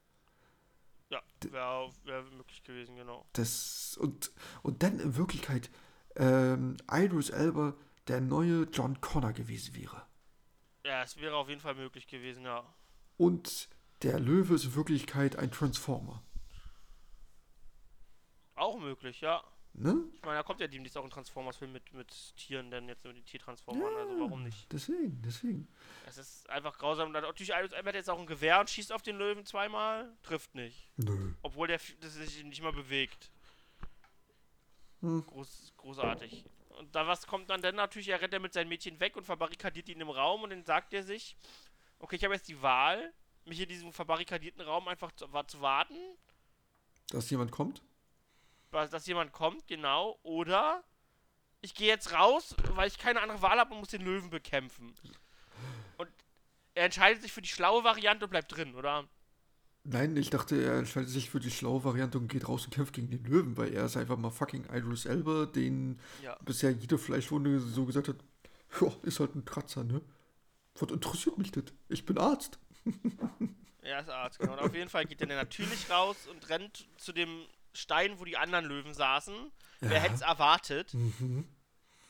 Ja, wäre wär möglich gewesen, genau. Das, und, und dann in Wirklichkeit ähm, Idris Elba der neue John Connor gewesen wäre. Ja, es wäre auf jeden Fall möglich gewesen, ja. Und der Löwe ist in Wirklichkeit ein Transformer. Auch möglich, ja. Ne? Ich meine, da kommt ja demnächst auch ein Transformers-Film mit, mit Tieren, denn jetzt mit den Tiertransformern, ja, also warum nicht? Deswegen, deswegen. Es ist einfach grausam. Und natürlich, Idris Elba hat jetzt auch ein Gewehr und schießt auf den Löwen zweimal, trifft nicht. Nö. Obwohl der das sich nicht mal bewegt. Hm. Groß, großartig. Und da was kommt dann denn natürlich, er rennt er mit seinem Mädchen weg und verbarrikadiert ihn im Raum und dann sagt er sich, okay, ich habe jetzt die Wahl, mich in diesem verbarrikadierten Raum einfach zu, zu warten. Dass jemand kommt? Dass jemand kommt, genau. Oder ich gehe jetzt raus, weil ich keine andere Wahl habe und muss den Löwen bekämpfen. Und er entscheidet sich für die schlaue Variante und bleibt drin, oder? Nein, ich dachte, er entscheidet sich für die schlaue Variante und geht raus und kämpft gegen den Löwen, weil er ist einfach mal fucking Idris Elba, den ja. bisher jede Fleischwunde so gesagt hat, ja, ist halt ein Kratzer, ne? Was interessiert mich das? Ich bin Arzt. Er ist Arzt, genau. Und auf jeden Fall geht er dann natürlich raus und rennt zu dem Stein, wo die anderen Löwen saßen. Ja. Wer hätte es erwartet? Mhm.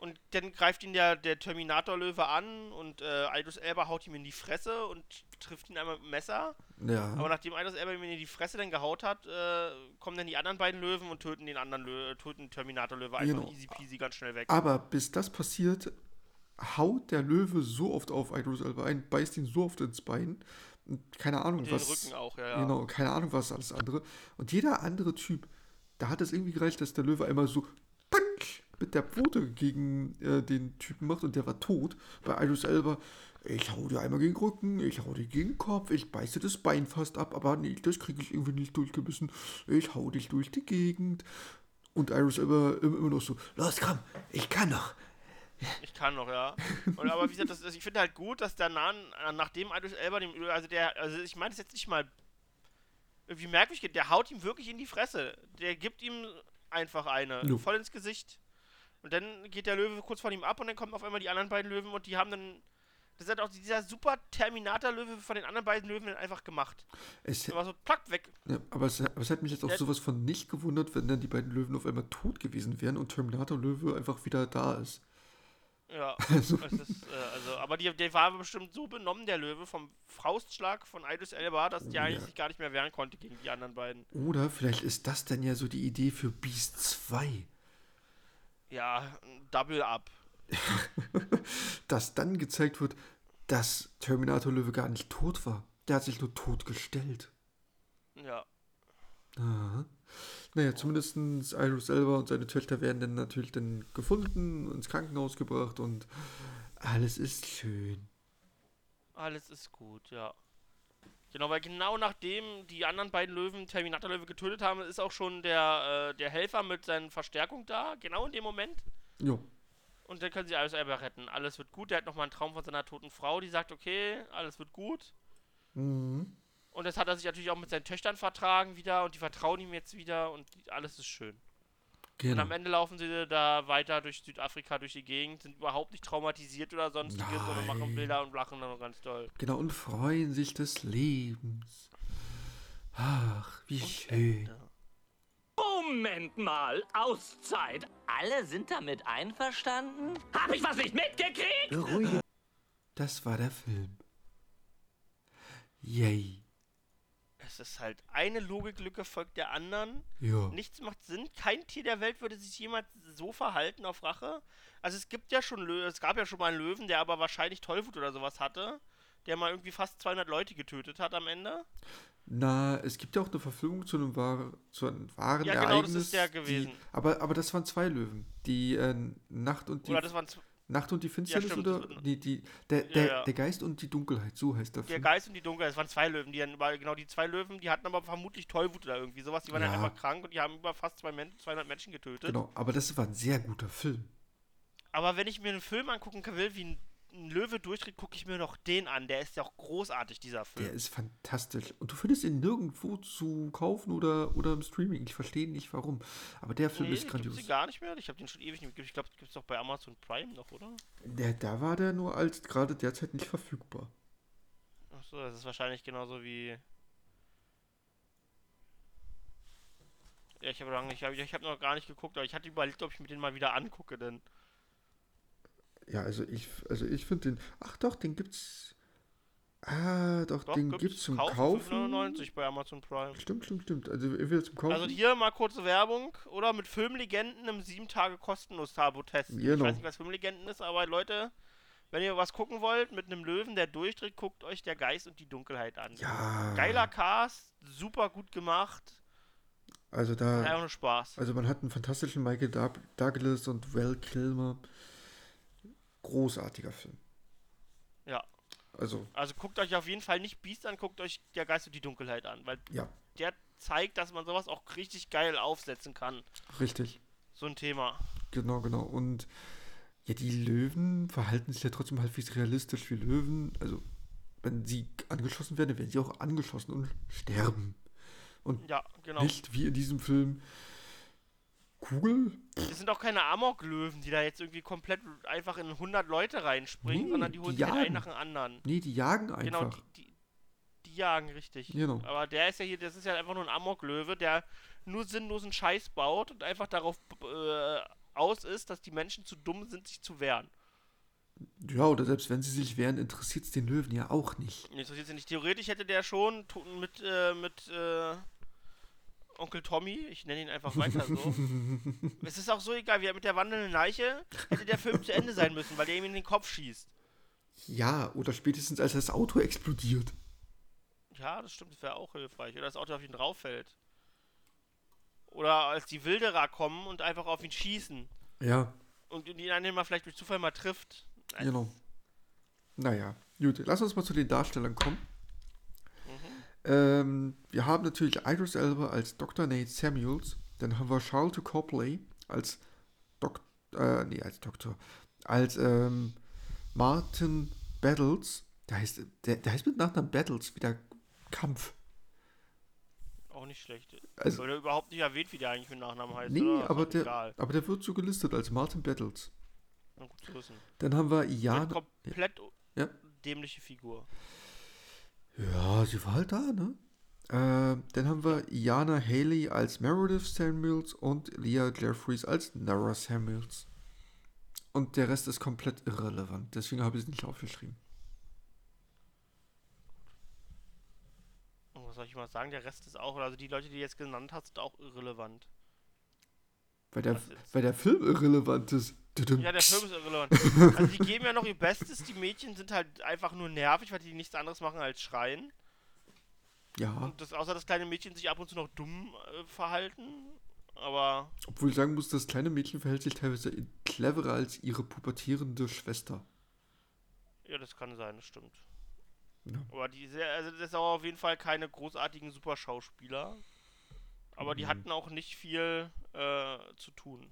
Und dann greift ihn der, der Terminator-Löwe an und äh, Idris Elba haut ihm in die Fresse und trifft ihn einmal mit dem Messer. Ja. Aber nachdem Idris Elba ihm in die Fresse dann gehaut hat, äh, kommen dann die anderen beiden Löwen und töten den anderen Lö- töten Terminator-Löwe einfach Genau. easy peasy ganz schnell weg. Aber bis das passiert, haut der Löwe so oft auf Idris Elba ein, beißt ihn so oft ins Bein. Und keine Ahnung, Und den was. Rücken auch, ja, ja. Genau, keine Ahnung, was alles andere. Und jeder andere Typ, da hat es irgendwie gereicht, dass der Löwe einmal so punch, mit der Pfote gegen äh, den Typen macht und der war tot. Bei Idris Elba, ich hau dir einmal gegen den Rücken, ich hau dir gegen den Kopf, ich beiße das Bein fast ab, aber nee, das kriege ich irgendwie nicht durchgebissen. Ich hau dich durch die Gegend. Und Idris Elba immer, immer noch so, los komm, ich kann noch. Ich kann noch, ja. Und aber wie gesagt, das, das, ich finde halt gut, dass danach, nachdem Idris Elba dem, also der, also ich meine es jetzt nicht mal irgendwie merkwürdig, der haut ihm wirklich in die Fresse. Der gibt ihm einfach eine, Jo. voll ins Gesicht. Und dann geht der Löwe kurz von ihm ab und dann kommen auf einmal die anderen beiden Löwen und die haben dann, das hat auch dieser super Terminator-Löwe von den anderen beiden Löwen dann einfach gemacht. Es, Der war so plack weg. ja, aber, es, aber es hat mich jetzt auch Der- sowas von nicht gewundert, wenn dann die beiden Löwen auf einmal tot gewesen wären und Terminator-Löwe einfach wieder da ist. Ja, Also- es ist, äh, also, aber die, der war bestimmt so benommen, der Löwe, vom Faustschlag von Idris Elba, dass der eigentlich Ja. sich gar nicht mehr wehren konnte gegen die anderen beiden. Oder vielleicht ist das dann ja so die Idee für Beast zwei. Ja, Double Up. Dass dann gezeigt wird, dass Terminator-Löwe gar nicht tot war. Der hat sich nur tot gestellt. Ja. Aha. Naja, zumindest Idris Elba und seine Töchter werden dann natürlich dann gefunden, ins Krankenhaus gebracht und alles ist schön. Alles ist gut, ja. Genau, weil genau nachdem die anderen beiden Löwen Terminator-Löwe getötet haben, ist auch schon der, äh, der Helfer mit seinen Verstärkung da, genau in dem Moment. Jo. Und dann können sie alles selber retten. Alles wird gut. Der hat nochmal einen Traum von seiner toten Frau, die sagt, okay, alles wird gut. Mhm. Und das hat er sich natürlich auch mit seinen Töchtern vertragen wieder und die vertrauen ihm jetzt wieder und alles ist schön. Und Genau. am Ende laufen sie da weiter durch Südafrika, durch die Gegend, sind überhaupt nicht traumatisiert oder sonstiges, sondern machen Nein. Bilder und lachen dann ganz toll. Genau, und freuen sich des Lebens. Ach, wie schön. Ende. Moment mal, Auszeit. Alle sind damit einverstanden? Hab ich was nicht mitgekriegt? Beruhige. Das war der Film. Yay. Es ist halt eine Logiklücke folgt der anderen. Ja. Nichts macht Sinn. Kein Tier der Welt würde sich jemals so verhalten auf Rache. Also es gibt ja schon Lö es gab ja schon mal einen Löwen, der aber wahrscheinlich Tollwut oder sowas hatte, der mal irgendwie fast zweihundert Leute getötet hat am Ende. Na, es gibt ja auch eine Verfilmung zu einem, wahr, zu einem wahren Ja, genau, das Ereignis. ist der gewesen. Die, aber, aber das waren zwei Löwen. Die äh, Nacht und die Oder das waren z- Nacht und die Finsternis stimmt, oder das- die, die, der, Ja, der, ja. der Geist und die Dunkelheit, so heißt der Der Film. Geist und die Dunkelheit, es waren zwei Löwen, die dann, weil genau die zwei Löwen, die hatten aber vermutlich Tollwut oder irgendwie sowas, die waren Ja. dann einfach krank und die haben über fast zwei Men zweihundert Menschen getötet. Genau, aber das war ein sehr guter Film. Aber wenn ich mir einen Film angucken will, wie ein, ein Löwe durchdreht, gucke ich mir noch den an. Der ist ja auch großartig, dieser Film. Der ist fantastisch. Und du findest ihn nirgendwo zu kaufen oder, oder im Streaming. Ich verstehe nicht warum. Aber der Film nee, ist grandios. gibt's den gar nicht mehr. Ich habe den schon ewig nicht mehr. Ich glaube, gibt es doch bei Amazon Prime noch, oder? Der, da war der nur als gerade derzeit nicht verfügbar. Achso, das ist wahrscheinlich genauso wie. Ja, ich habe noch, ich hab, ich hab noch gar nicht geguckt, aber ich hatte überlegt, ob ich mir den mal wieder angucke, denn. Ja, also ich, also ich finde den. Ach doch, den gibt's. Ah, doch, Doch, den gibt's, zum Kaufen. Kaufen. fünf neunundneunzig bei Amazon Prime. Stimmt, stimmt, stimmt. Also entweder zum Kaufen. Also hier mal kurze Werbung, oder? Mit Filmlegenden im sieben Tage kostenlos Tabo-Test. Ich Genau. weiß nicht, was Filmlegenden ist, aber Leute, wenn ihr was gucken wollt mit einem Löwen, der durchdreht, guckt euch Der Geist und die Dunkelheit an. Ja. Geiler Cast, super gut gemacht. Also da. Einfach nur Spaß. Also man hat einen fantastischen Michael Doug- Douglas und Val Kilmer. Großartiger Film. Ja. Also, Also guckt euch auf jeden Fall nicht Beast an, guckt euch Der Geist und die Dunkelheit an, weil ja, der zeigt, dass man sowas auch richtig geil aufsetzen kann. richtig. So ein Thema. Genau, genau. Und ja, die Löwen verhalten sich ja trotzdem halbwegs realistisch wie Löwen. Also, wenn sie angeschossen werden, werden sie auch angeschossen und sterben. Und Ja, genau. nicht wie in diesem Film Kugel. Das sind auch keine Amok-Löwen, die da jetzt irgendwie komplett einfach in hundert Leute reinspringen, Nee, sondern die holen die sich den einen jagen. nach dem anderen. Nee, die jagen Genau, einfach. die, die, die jagen, richtig. Genau. Aber der ist ja hier, das ist ja einfach nur ein Amok-Löwe, der nur sinnlosen Scheiß baut und einfach darauf äh, aus ist, dass die Menschen zu dumm sind, sich zu wehren. Ja, oder selbst wenn sie sich wehren, interessiert es den Löwen ja auch nicht. Interessiert sie nicht. Theoretisch hätte der schon mit, äh, mit äh, Onkel Tommy, ich nenne ihn einfach weiter so. Es ist auch so egal, wie er mit der wandelnden Leiche hätte der Film zu Ende sein müssen, weil der ihm in den Kopf schießt. Ja, oder spätestens als das Auto explodiert. Ja, das stimmt, das wäre auch hilfreich. Oder das Auto auf ihn drauf fällt. Oder als die Wilderer kommen und einfach auf ihn schießen. Ja. Und ihn einen mal vielleicht durch Zufall mal trifft. Also genau. Naja, gut, lass uns mal zu den Darstellern kommen. Mhm. Ähm, wir haben natürlich Idris Elba als Doktor Nate Samuels. Dann haben wir Charlotte Copley als Dok äh, nee, als Doktor. Als ähm, Martin Battles. Der heißt, der, der heißt mit Nachnamen Battles, wie der Kampf. Auch nicht schlecht. Also, oder überhaupt nicht erwähnt, wie der eigentlich mit Nachnamen heißt. Nee, oder? aber der, aber der wird so gelistet als Martin Battles. Na gut zu wissen. Dann haben wir Iana. Komplett ja. dämliche Figur. Ja, sie war halt da, ne? Äh, dann haben wir Iana Haley als Meredith Samuels und Leah Jeffries als Nara Samuels. Und der Rest ist komplett irrelevant. Deswegen habe ich es nicht aufgeschrieben. Was soll ich mal sagen? Der Rest ist auch, also die Leute, die du jetzt genannt hast, sind auch irrelevant. Weil der, weil der Film irrelevant ist. Ja, der Film ist irrelevant. Also die geben ja noch ihr Bestes. Die Mädchen sind halt einfach nur nervig, weil die nichts anderes machen als schreien. Ja. Und das, außer das kleine Mädchen sich ab und zu noch dumm äh, verhalten. Aber... Obwohl ich sagen muss, das kleine Mädchen verhält sich teilweise cleverer als ihre pubertierende Schwester. Ja, das kann sein, das stimmt. Ja. Aber die, also das ist auch auf jeden Fall keine großartigen Superschauspieler. Aber die mhm. hatten auch nicht viel äh, zu tun.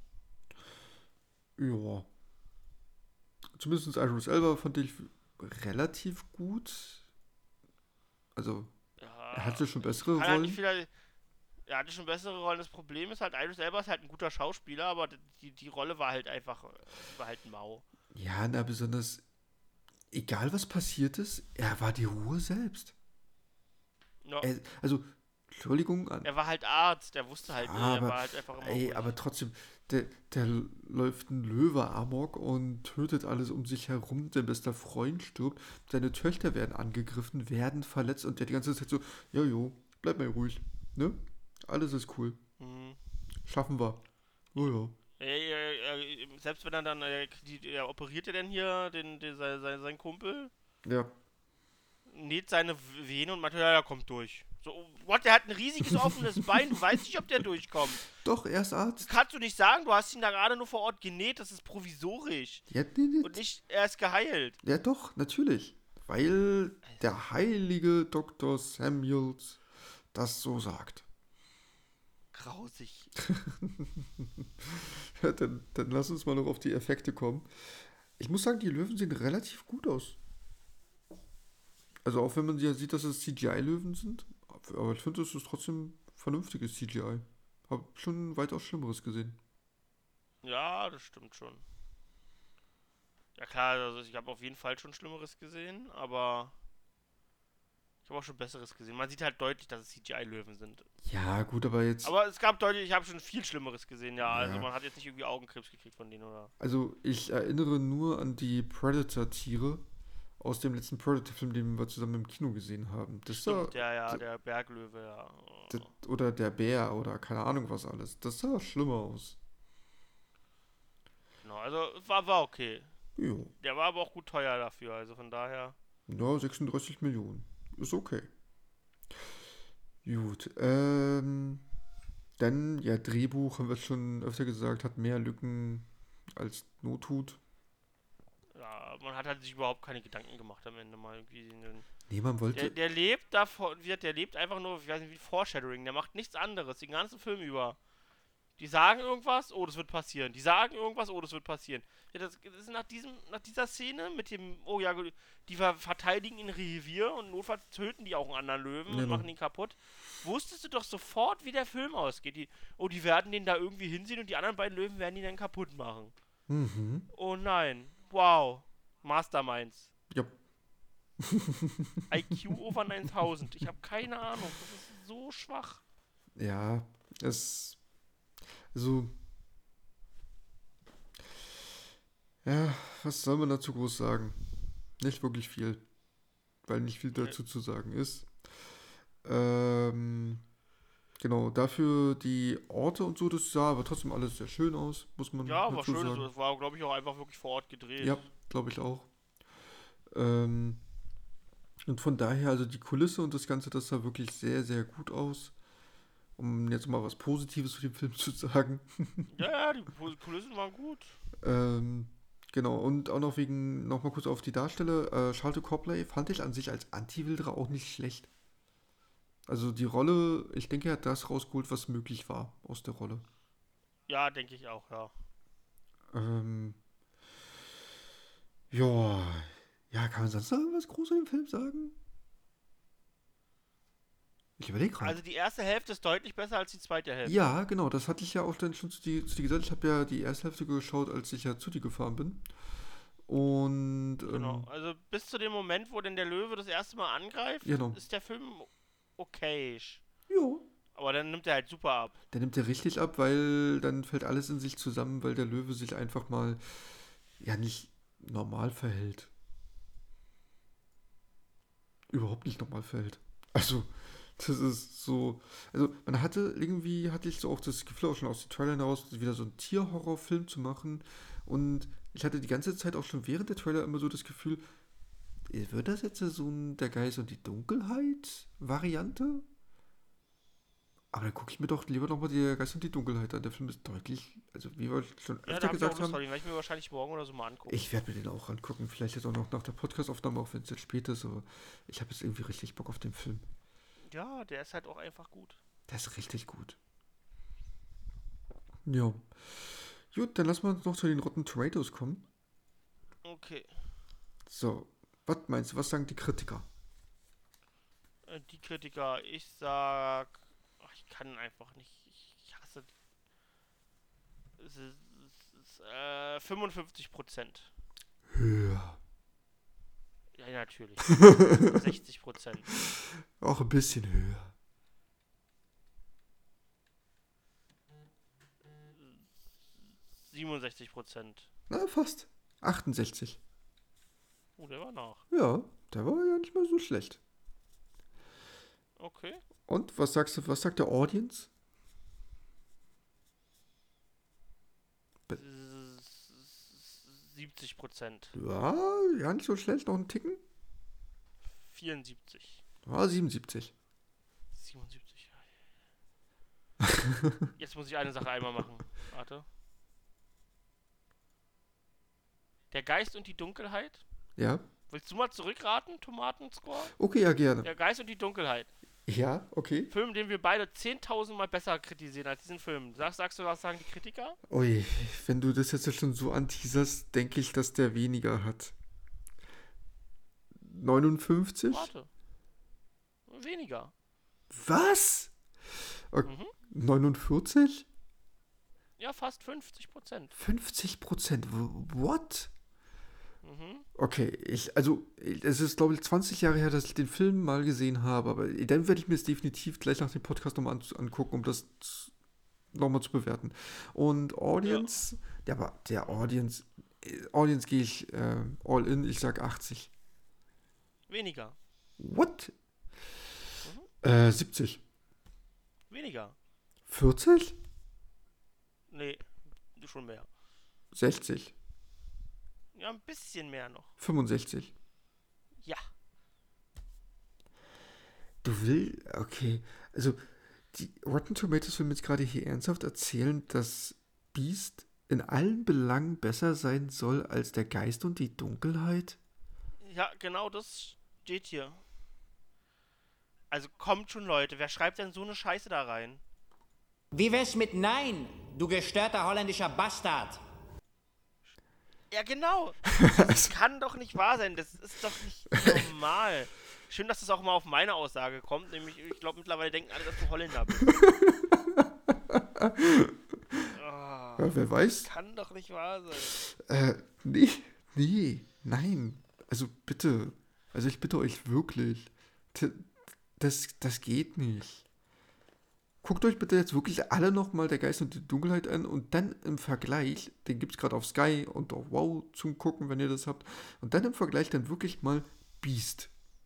Ja. Zumindest Idris Elba fand ich relativ gut. Also, ja, er hatte schon bessere Rollen. Halt viel, er hatte schon bessere Rollen. Das Problem ist halt, Idris Elba ist halt ein guter Schauspieler, aber die, die Rolle war halt einfach, war halt mau. Ja, na, besonders, egal was passiert ist, er war die Ruhe selbst. Ja. Er, also, Entschuldigung. An, er war halt Arzt, der wusste halt, ja, nee, aber, er war halt einfach immer ey, ruhig. aber trotzdem, der, der läuft ein Löwe amok und tötet alles um sich herum. Sein bester Freund stirbt, seine Töchter werden angegriffen, werden verletzt und der die ganze Zeit so, ja, jo, bleib mal ruhig, ne? Alles ist cool. Mhm. Schaffen wir. Oh ja. Ja, ja, ja, selbst wenn er dann, äh, die, er operiert er denn hier den, den, sein, sein, sein Kumpel? Ja. Näht seine Vene und meint, ja, er kommt durch. So, what, der hat ein riesiges offenes Bein, du weißt nicht, ob der durchkommt. Doch, er ist Arzt. Kannst du nicht sagen, du hast ihn da gerade nur vor Ort genäht, das ist provisorisch. Ja, nee, nee. Und nicht, er ist geheilt. Ja, doch, natürlich. Weil der heilige Doktor Samuels das so sagt. Grausig. Ja, dann, dann lass uns mal noch auf die Effekte kommen. Ich muss sagen, die Löwen sehen relativ gut aus. Also auch wenn man ja sieht, dass es C G I-Löwen sind. Aber ich finde, es ist trotzdem vernünftiges C G I. Hab schon weitaus Schlimmeres gesehen. Ja, das stimmt schon. Ja klar, also ich habe auf jeden Fall schon Schlimmeres gesehen, aber ich habe auch schon Besseres gesehen. Man sieht halt deutlich, dass es C G I-Löwen sind. Ja, gut, aber jetzt... Aber es gab deutlich, ich habe schon viel Schlimmeres gesehen, ja. ja. Also man hat jetzt nicht irgendwie Augenkrebs gekriegt von denen, oder? Also ich erinnere nur an die Predator-Tiere aus dem letzten Predator-Film, den wir zusammen im Kino gesehen haben. Das Stimmt, sah, ja, ja, das, der Berglöwe, ja. Das, oder der Bär oder keine Ahnung was alles. Das sah schlimmer aus. Genau, also war, war okay. Jo. Der war aber auch gut teuer dafür, also von daher. Ja, sechsunddreißig Millionen. Ist okay. Gut, ähm, dann, ja, Drehbuch, haben wir schon öfter gesagt, hat mehr Lücken als Not tut. Ja, man hat halt sich überhaupt keine Gedanken gemacht am Ende mal irgendwie. Nee, man wollte... Der, der lebt davon, der lebt einfach nur, ich weiß nicht, wie Foreshadowing, der macht nichts anderes, den ganzen Film über. Die sagen irgendwas, oh, das wird passieren. Die sagen irgendwas, oh, das wird passieren. Ja, das, das ist nach diesem, nach dieser Szene mit dem, oh ja, die verteidigen ein Revier und notfalls töten die auch einen anderen Löwen ja, und machen ihn kaputt. Wusstest du doch sofort, wie der Film ausgeht. Die, oh, die werden den da irgendwie hinsehen und die anderen beiden Löwen werden ihn dann kaputt machen. Mhm. Oh nein. Wow. Masterminds. Ja. I Q over neuntausend. Ich habe keine Ahnung. Das ist so schwach. Ja, es... Also... Ja, was soll man dazu groß sagen? Nicht wirklich viel. Weil nicht viel dazu zu sagen ist. Ähm, genau, dafür die Orte und so, das sah aber trotzdem alles sehr schön aus, muss man Ja, war dazu schön. sagen. Es war, glaube ich, auch einfach wirklich vor Ort gedreht. Ja, glaube ich auch. Ähm, und von daher, also die Kulisse und das Ganze, das sah wirklich sehr, sehr gut aus. Um jetzt mal was Positives zu dem Film zu sagen. Ja, ja, die Kulissen waren gut. ähm, genau, und auch noch wegen, nochmal kurz auf die Darsteller, äh, Charlton Copley fand ich an sich als Anti-Wilderer auch nicht schlecht. Also die Rolle, ich denke, er hat das rausgeholt, was möglich war aus der Rolle. Ja, denke ich auch, ja. Ähm, ja, ja, kann man sonst noch irgendwas groß in dem Film sagen? Ich überlege gerade. Also die erste Hälfte ist deutlich besser als die zweite Hälfte. Ja, genau, das hatte ich ja auch dann schon zu dir, zu dir gesagt. Ich habe ja die erste Hälfte geschaut, als ich ja zu dir gefahren bin. Und, ähm, Genau, also bis zu dem Moment, wo denn der Löwe das erste Mal angreift, genau. ist der Film okay. Ja. Aber dann nimmt er halt super ab. Dann nimmt er richtig ab, weil dann fällt alles in sich zusammen, weil der Löwe sich einfach mal ja nicht normal verhält. Überhaupt nicht normal verhält. Also, das ist so. Also, man hatte irgendwie, hatte ich so auch das Gefühl auch schon aus den Trailern heraus, wieder so einen Tierhorrorfilm zu machen. Und ich hatte die ganze Zeit auch schon während der Trailer immer so das Gefühl, wird das jetzt so ein Der Geist und die Dunkelheit-Variante? Aber dann gucke ich mir doch lieber nochmal Der Geist und die Dunkelheit an. Der Film ist deutlich, also wie wir schon Ja, öfter da hab gesagt ich auch Lust haben. drauf. Den werde ich mir wahrscheinlich morgen oder so mal angucken. Ich werde mir den auch angucken. Vielleicht jetzt auch noch nach der Podcast-Aufnahme, auch wenn es jetzt spät ist. Aber ich habe jetzt irgendwie richtig Bock auf den Film. Ja, der ist halt auch einfach gut. Der ist richtig gut. Ja. Gut, dann lassen wir uns noch zu den Rotten Tomatoes kommen. Okay. So, was meinst du, was sagen die Kritiker? Äh, Die Kritiker, ich sag... Ach, ich kann einfach nicht. Ich, ich hasse... Es ist, es ist, äh, fünfundfünfzig Prozent. Höher. Ja, natürlich. sechzig Prozent. Auch ein bisschen höher. siebenundsechzig Prozent. Na, fast. achtundsechzig. Oh, der war nach. Ja, der war ja nicht mal so schlecht. Okay. Und, was sagst du, was sagt der Audience? Be- siebzig Prozent. Ja, ja, nicht so schlecht, noch einen Ticken. vierundsiebzig. Ja, siebenundsiebzig. siebenundsiebzig. Jetzt muss ich eine Sache einmal machen. Warte. Der Geist und die Dunkelheit. Ja. Willst du mal zurückraten, Tomatenscore? Okay, ja, gerne. Der Geist und die Dunkelheit. Ja, okay. Film, den wir beide zehntausend Mal besser kritisieren als diesen Film. Sag, sagst du, was sagen die Kritiker? Ui, wenn du das jetzt schon so anteaserst, denke ich, dass der weniger hat. neunundfünfzig? Warte. Weniger. Was? Okay. Mhm. neunundvierzig? Ja, fast fünfzig Prozent. fünfzig Prozent? What? Mhm. Okay, ich, also, es ist, glaube ich, zwanzig Jahre her, dass ich den Film mal gesehen habe, aber dann werde ich mir es definitiv gleich nach dem Podcast nochmal an, angucken, um das nochmal zu bewerten. Und Audience, ja, der, aber der Audience, Audience gehe ich äh, all in, ich sag achtzig. Weniger. What? Mhm. Äh, siebzig. Weniger. vierzig? Nee, schon mehr. sechzig. Ja, ein bisschen mehr noch. fünfundsechzig. Ja. Du willst, okay. Also, die Rotten Tomatoes will mir jetzt gerade hier ernsthaft erzählen, dass Beast in allen Belangen besser sein soll als der Geist und die Dunkelheit? Ja, genau das steht hier. Also kommt schon, Leute. Wer schreibt denn so eine Scheiße da rein? Wie wär's mit Nein, du gestörter holländischer Bastard? Ja, genau. Das kann doch nicht wahr sein. Das ist doch nicht normal. Schön, dass das auch mal auf meine Aussage kommt. Nämlich, ich glaube, mittlerweile denken alle, dass du Holländer bist. Oh, ja, wer weiß. Das kann doch nicht wahr sein. Äh, nee, nee, nein. Also bitte. Also ich bitte euch wirklich. Das, das geht nicht. guckt euch bitte jetzt wirklich alle nochmal Der Geist und die Dunkelheit an und dann im Vergleich, den gibt es gerade auf Sky und auf Wow zum Gucken, wenn ihr das habt, und dann im Vergleich dann wirklich mal Beast.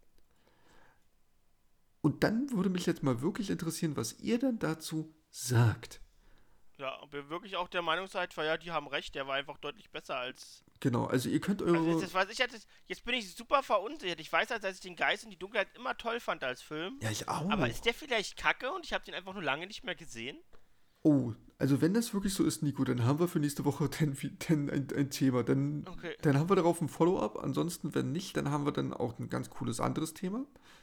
Und dann würde mich jetzt mal wirklich interessieren, was ihr dann dazu sagt. Ja, ob ihr wirklich auch der Meinung seid, weil ja, die haben recht, der war einfach deutlich besser als... Genau, also ihr könnt eure... Also jetzt, das weiß ich jetzt, jetzt bin ich super verunsichert. Ich weiß, dass ich den Geist und die Dunkelheit immer toll fand als Film. Ja, ich auch. Aber ist der vielleicht kacke und ich habe den einfach nur lange nicht mehr gesehen? Oh, also wenn das wirklich so ist, Nico, dann haben wir für nächste Woche dann, dann ein, ein Thema. Dann, Okay. dann haben wir darauf ein Follow-up. Ansonsten, wenn nicht, dann haben wir dann auch ein ganz cooles anderes Thema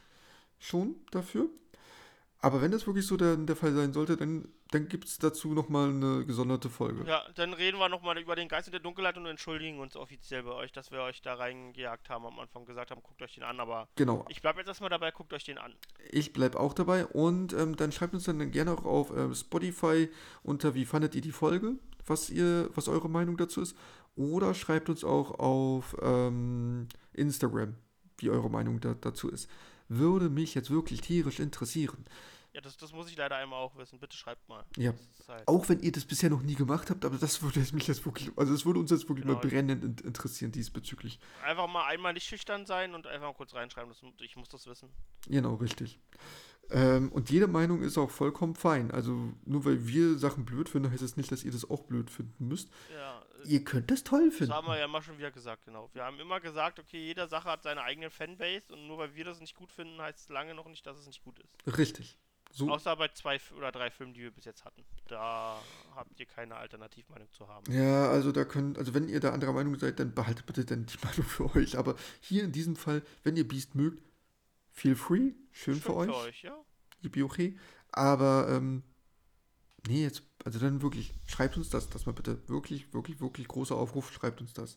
schon dafür. Aber wenn das wirklich so der, der Fall sein sollte, dann, dann gibt es dazu nochmal eine gesonderte Folge. Ja, dann reden wir nochmal über den Geist in der Dunkelheit und entschuldigen uns offiziell bei euch, dass wir euch da reingejagt haben, am Anfang gesagt haben, guckt euch den an, aber Genau. ich bleibe jetzt erstmal dabei, guckt euch den an. Ich bleibe auch dabei und ähm, dann schreibt uns dann gerne auch auf äh, Spotify unter wie fandet ihr die Folge, was ihr, was eure Meinung dazu ist. Oder schreibt uns auch auf ähm, Instagram, wie eure Meinung da, dazu ist. Würde mich jetzt wirklich tierisch interessieren. Ja, das, das muss ich leider einmal auch wissen. Bitte schreibt mal. Ja, halt auch wenn ihr das bisher noch nie gemacht habt, aber das würde mich jetzt wirklich, also es würde uns jetzt wirklich genau. mal brennend in, interessieren diesbezüglich. Einfach mal einmal nicht schüchtern sein und einfach mal kurz reinschreiben, das, ich muss das wissen. Genau, richtig. Ähm, und jede Meinung ist auch vollkommen fein. Also nur weil wir Sachen blöd finden, heißt das nicht, dass ihr das auch blöd finden müsst. Ja, ihr könnt das toll finden. Das haben wir ja immer schon wieder gesagt, genau. Wir haben immer gesagt, okay, jede Sache hat seine eigene Fanbase und nur weil wir das nicht gut finden, heißt es lange noch nicht, dass es nicht gut ist. Richtig. So. Außer bei zwei oder drei Filmen, die wir bis jetzt hatten. Da habt ihr keine Alternativmeinung zu haben. Ja, also da könnt, also wenn ihr da anderer Meinung seid, dann behaltet bitte dann die Meinung für euch. Aber hier in diesem Fall, wenn ihr Beast mögt, feel free, schön, schön für euch. Für euch, ja. Yippie, okay. Aber, ähm, nee, jetzt, also dann wirklich, schreibt uns das, das mal bitte. Wirklich, wirklich, wirklich großer Aufruf, schreibt uns das.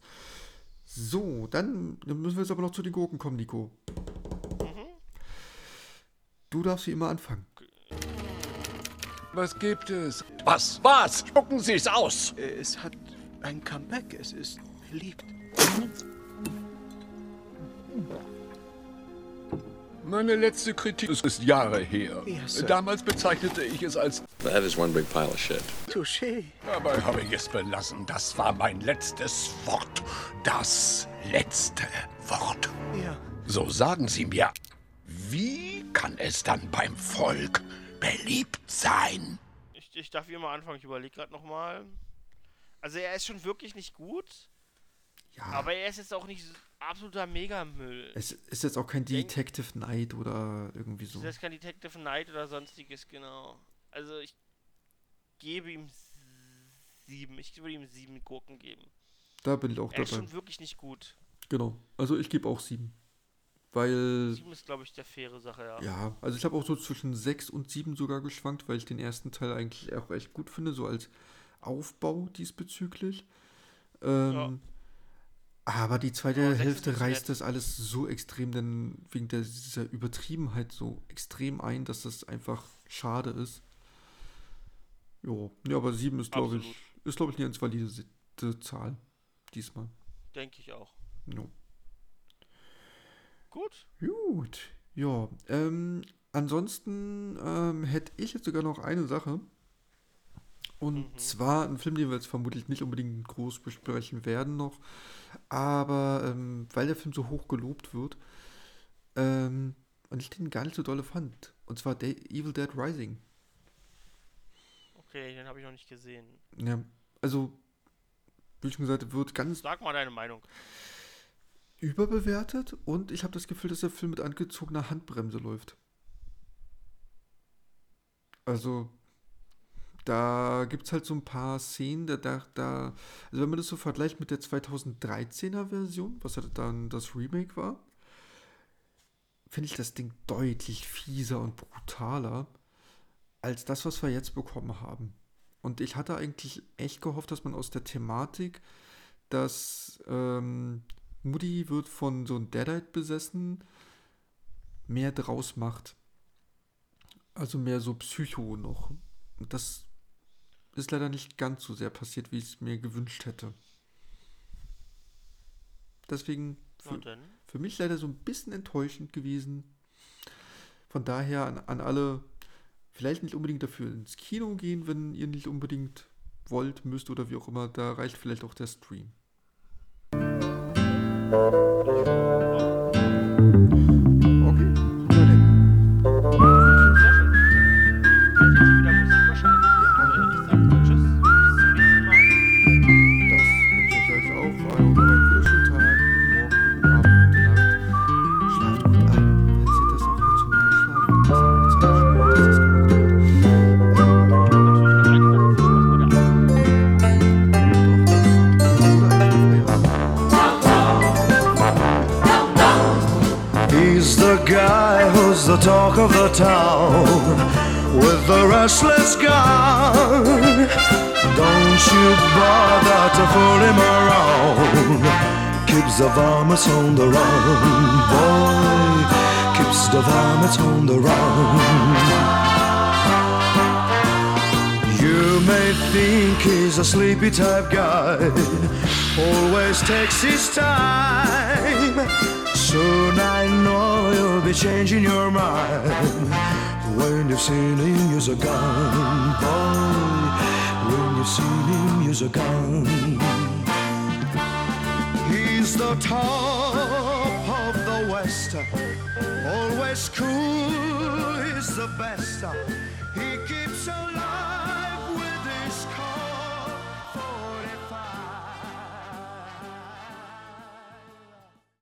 So, dann, dann müssen wir jetzt aber noch zu den Gurken kommen, Nico. Mhm. Du darfst wie immer anfangen. Was gibt es? Was? Was? Spucken Sie es aus! Es hat ein Comeback. Es ist beliebt. Meine letzte Kritik ist Jahre her. Ja, Sir. Damals bezeichnete ich es als That is one big pile of shit. Touché. Dabei habe ich es belassen. Das war mein letztes Wort. Das letzte Wort. Ja. So sagen Sie mir, wie kann es dann beim Volk beliebt sein? Ich, ich darf hier mal anfangen, ich überlege gerade nochmal. Also er ist schon wirklich nicht gut. Ja. Aber er ist jetzt auch nicht absoluter Megamüll. Es ist jetzt auch kein Detective Knight oder irgendwie so. Es ist jetzt kein Detective Knight oder sonstiges, genau. Also ich gebe ihm sieben. Ich würde ihm sieben Gurken geben. Da bin ich auch er dabei. Er ist schon wirklich nicht gut. Genau. Also ich gebe auch sieben. Weil... sieben ist, glaube ich, der faire Sache, ja. Ja, also ich habe auch so zwischen sechs und sieben sogar geschwankt, weil ich den ersten Teil eigentlich auch echt gut finde, so als Aufbau diesbezüglich. Ähm, ja. Aber die zweite ja, Hälfte reißt das alles so extrem, denn wegen der, dieser Übertriebenheit so extrem ein, dass das einfach schade ist. Jo. Ja, aber sieben ist, glaube ich, ist, glaube ich, eine ganz valide Zahl. Diesmal. Denke ich auch. Jo. Gut. Gut. Ja. Ähm, ansonsten ähm, hätte ich jetzt sogar noch eine Sache. Und mhm. zwar ein Film, den wir jetzt vermutlich nicht unbedingt groß besprechen werden noch. Aber ähm, weil der Film so hoch gelobt wird ähm, und ich den gar nicht so dolle fand. Und zwar De- Evil Dead Rising. Okay, den habe ich noch nicht gesehen. Ja, also, wie schon gesagt, wird ganz... Sag mal deine Meinung. Überbewertet und ich habe das Gefühl, dass der Film mit angezogener Handbremse läuft. Also... Da gibt es halt so ein paar Szenen, da, da, da, also wenn man das so vergleicht mit der zweitausenddreizehner Version, was halt dann das Remake war, finde ich das Ding deutlich fieser und brutaler als das, was wir jetzt bekommen haben. Und ich hatte eigentlich echt gehofft, dass man aus der Thematik, dass ähm, Moody wird von so einem Deadite besessen, mehr draus macht. Also mehr so Psycho noch. Und das ist leider nicht ganz so sehr passiert, wie ich es mir gewünscht hätte. Deswegen für, für mich leider so ein bisschen enttäuschend gewesen. Von daher an, an alle vielleicht nicht unbedingt dafür ins Kino gehen, wenn ihr nicht unbedingt wollt, müsst oder wie auch immer. Da reicht vielleicht auch der Stream. The talk of the town with the restless guy. Don't you bother to fool him around. Keeps the varmints on the run, boy. Keeps the varmints on the run. You may think he's a sleepy type guy, always takes his time. Soon I know you'll be changing your mind when you've seen him use a gun, boy. When you've seen him use a gun. He's the top of the West, always cool, he's the best.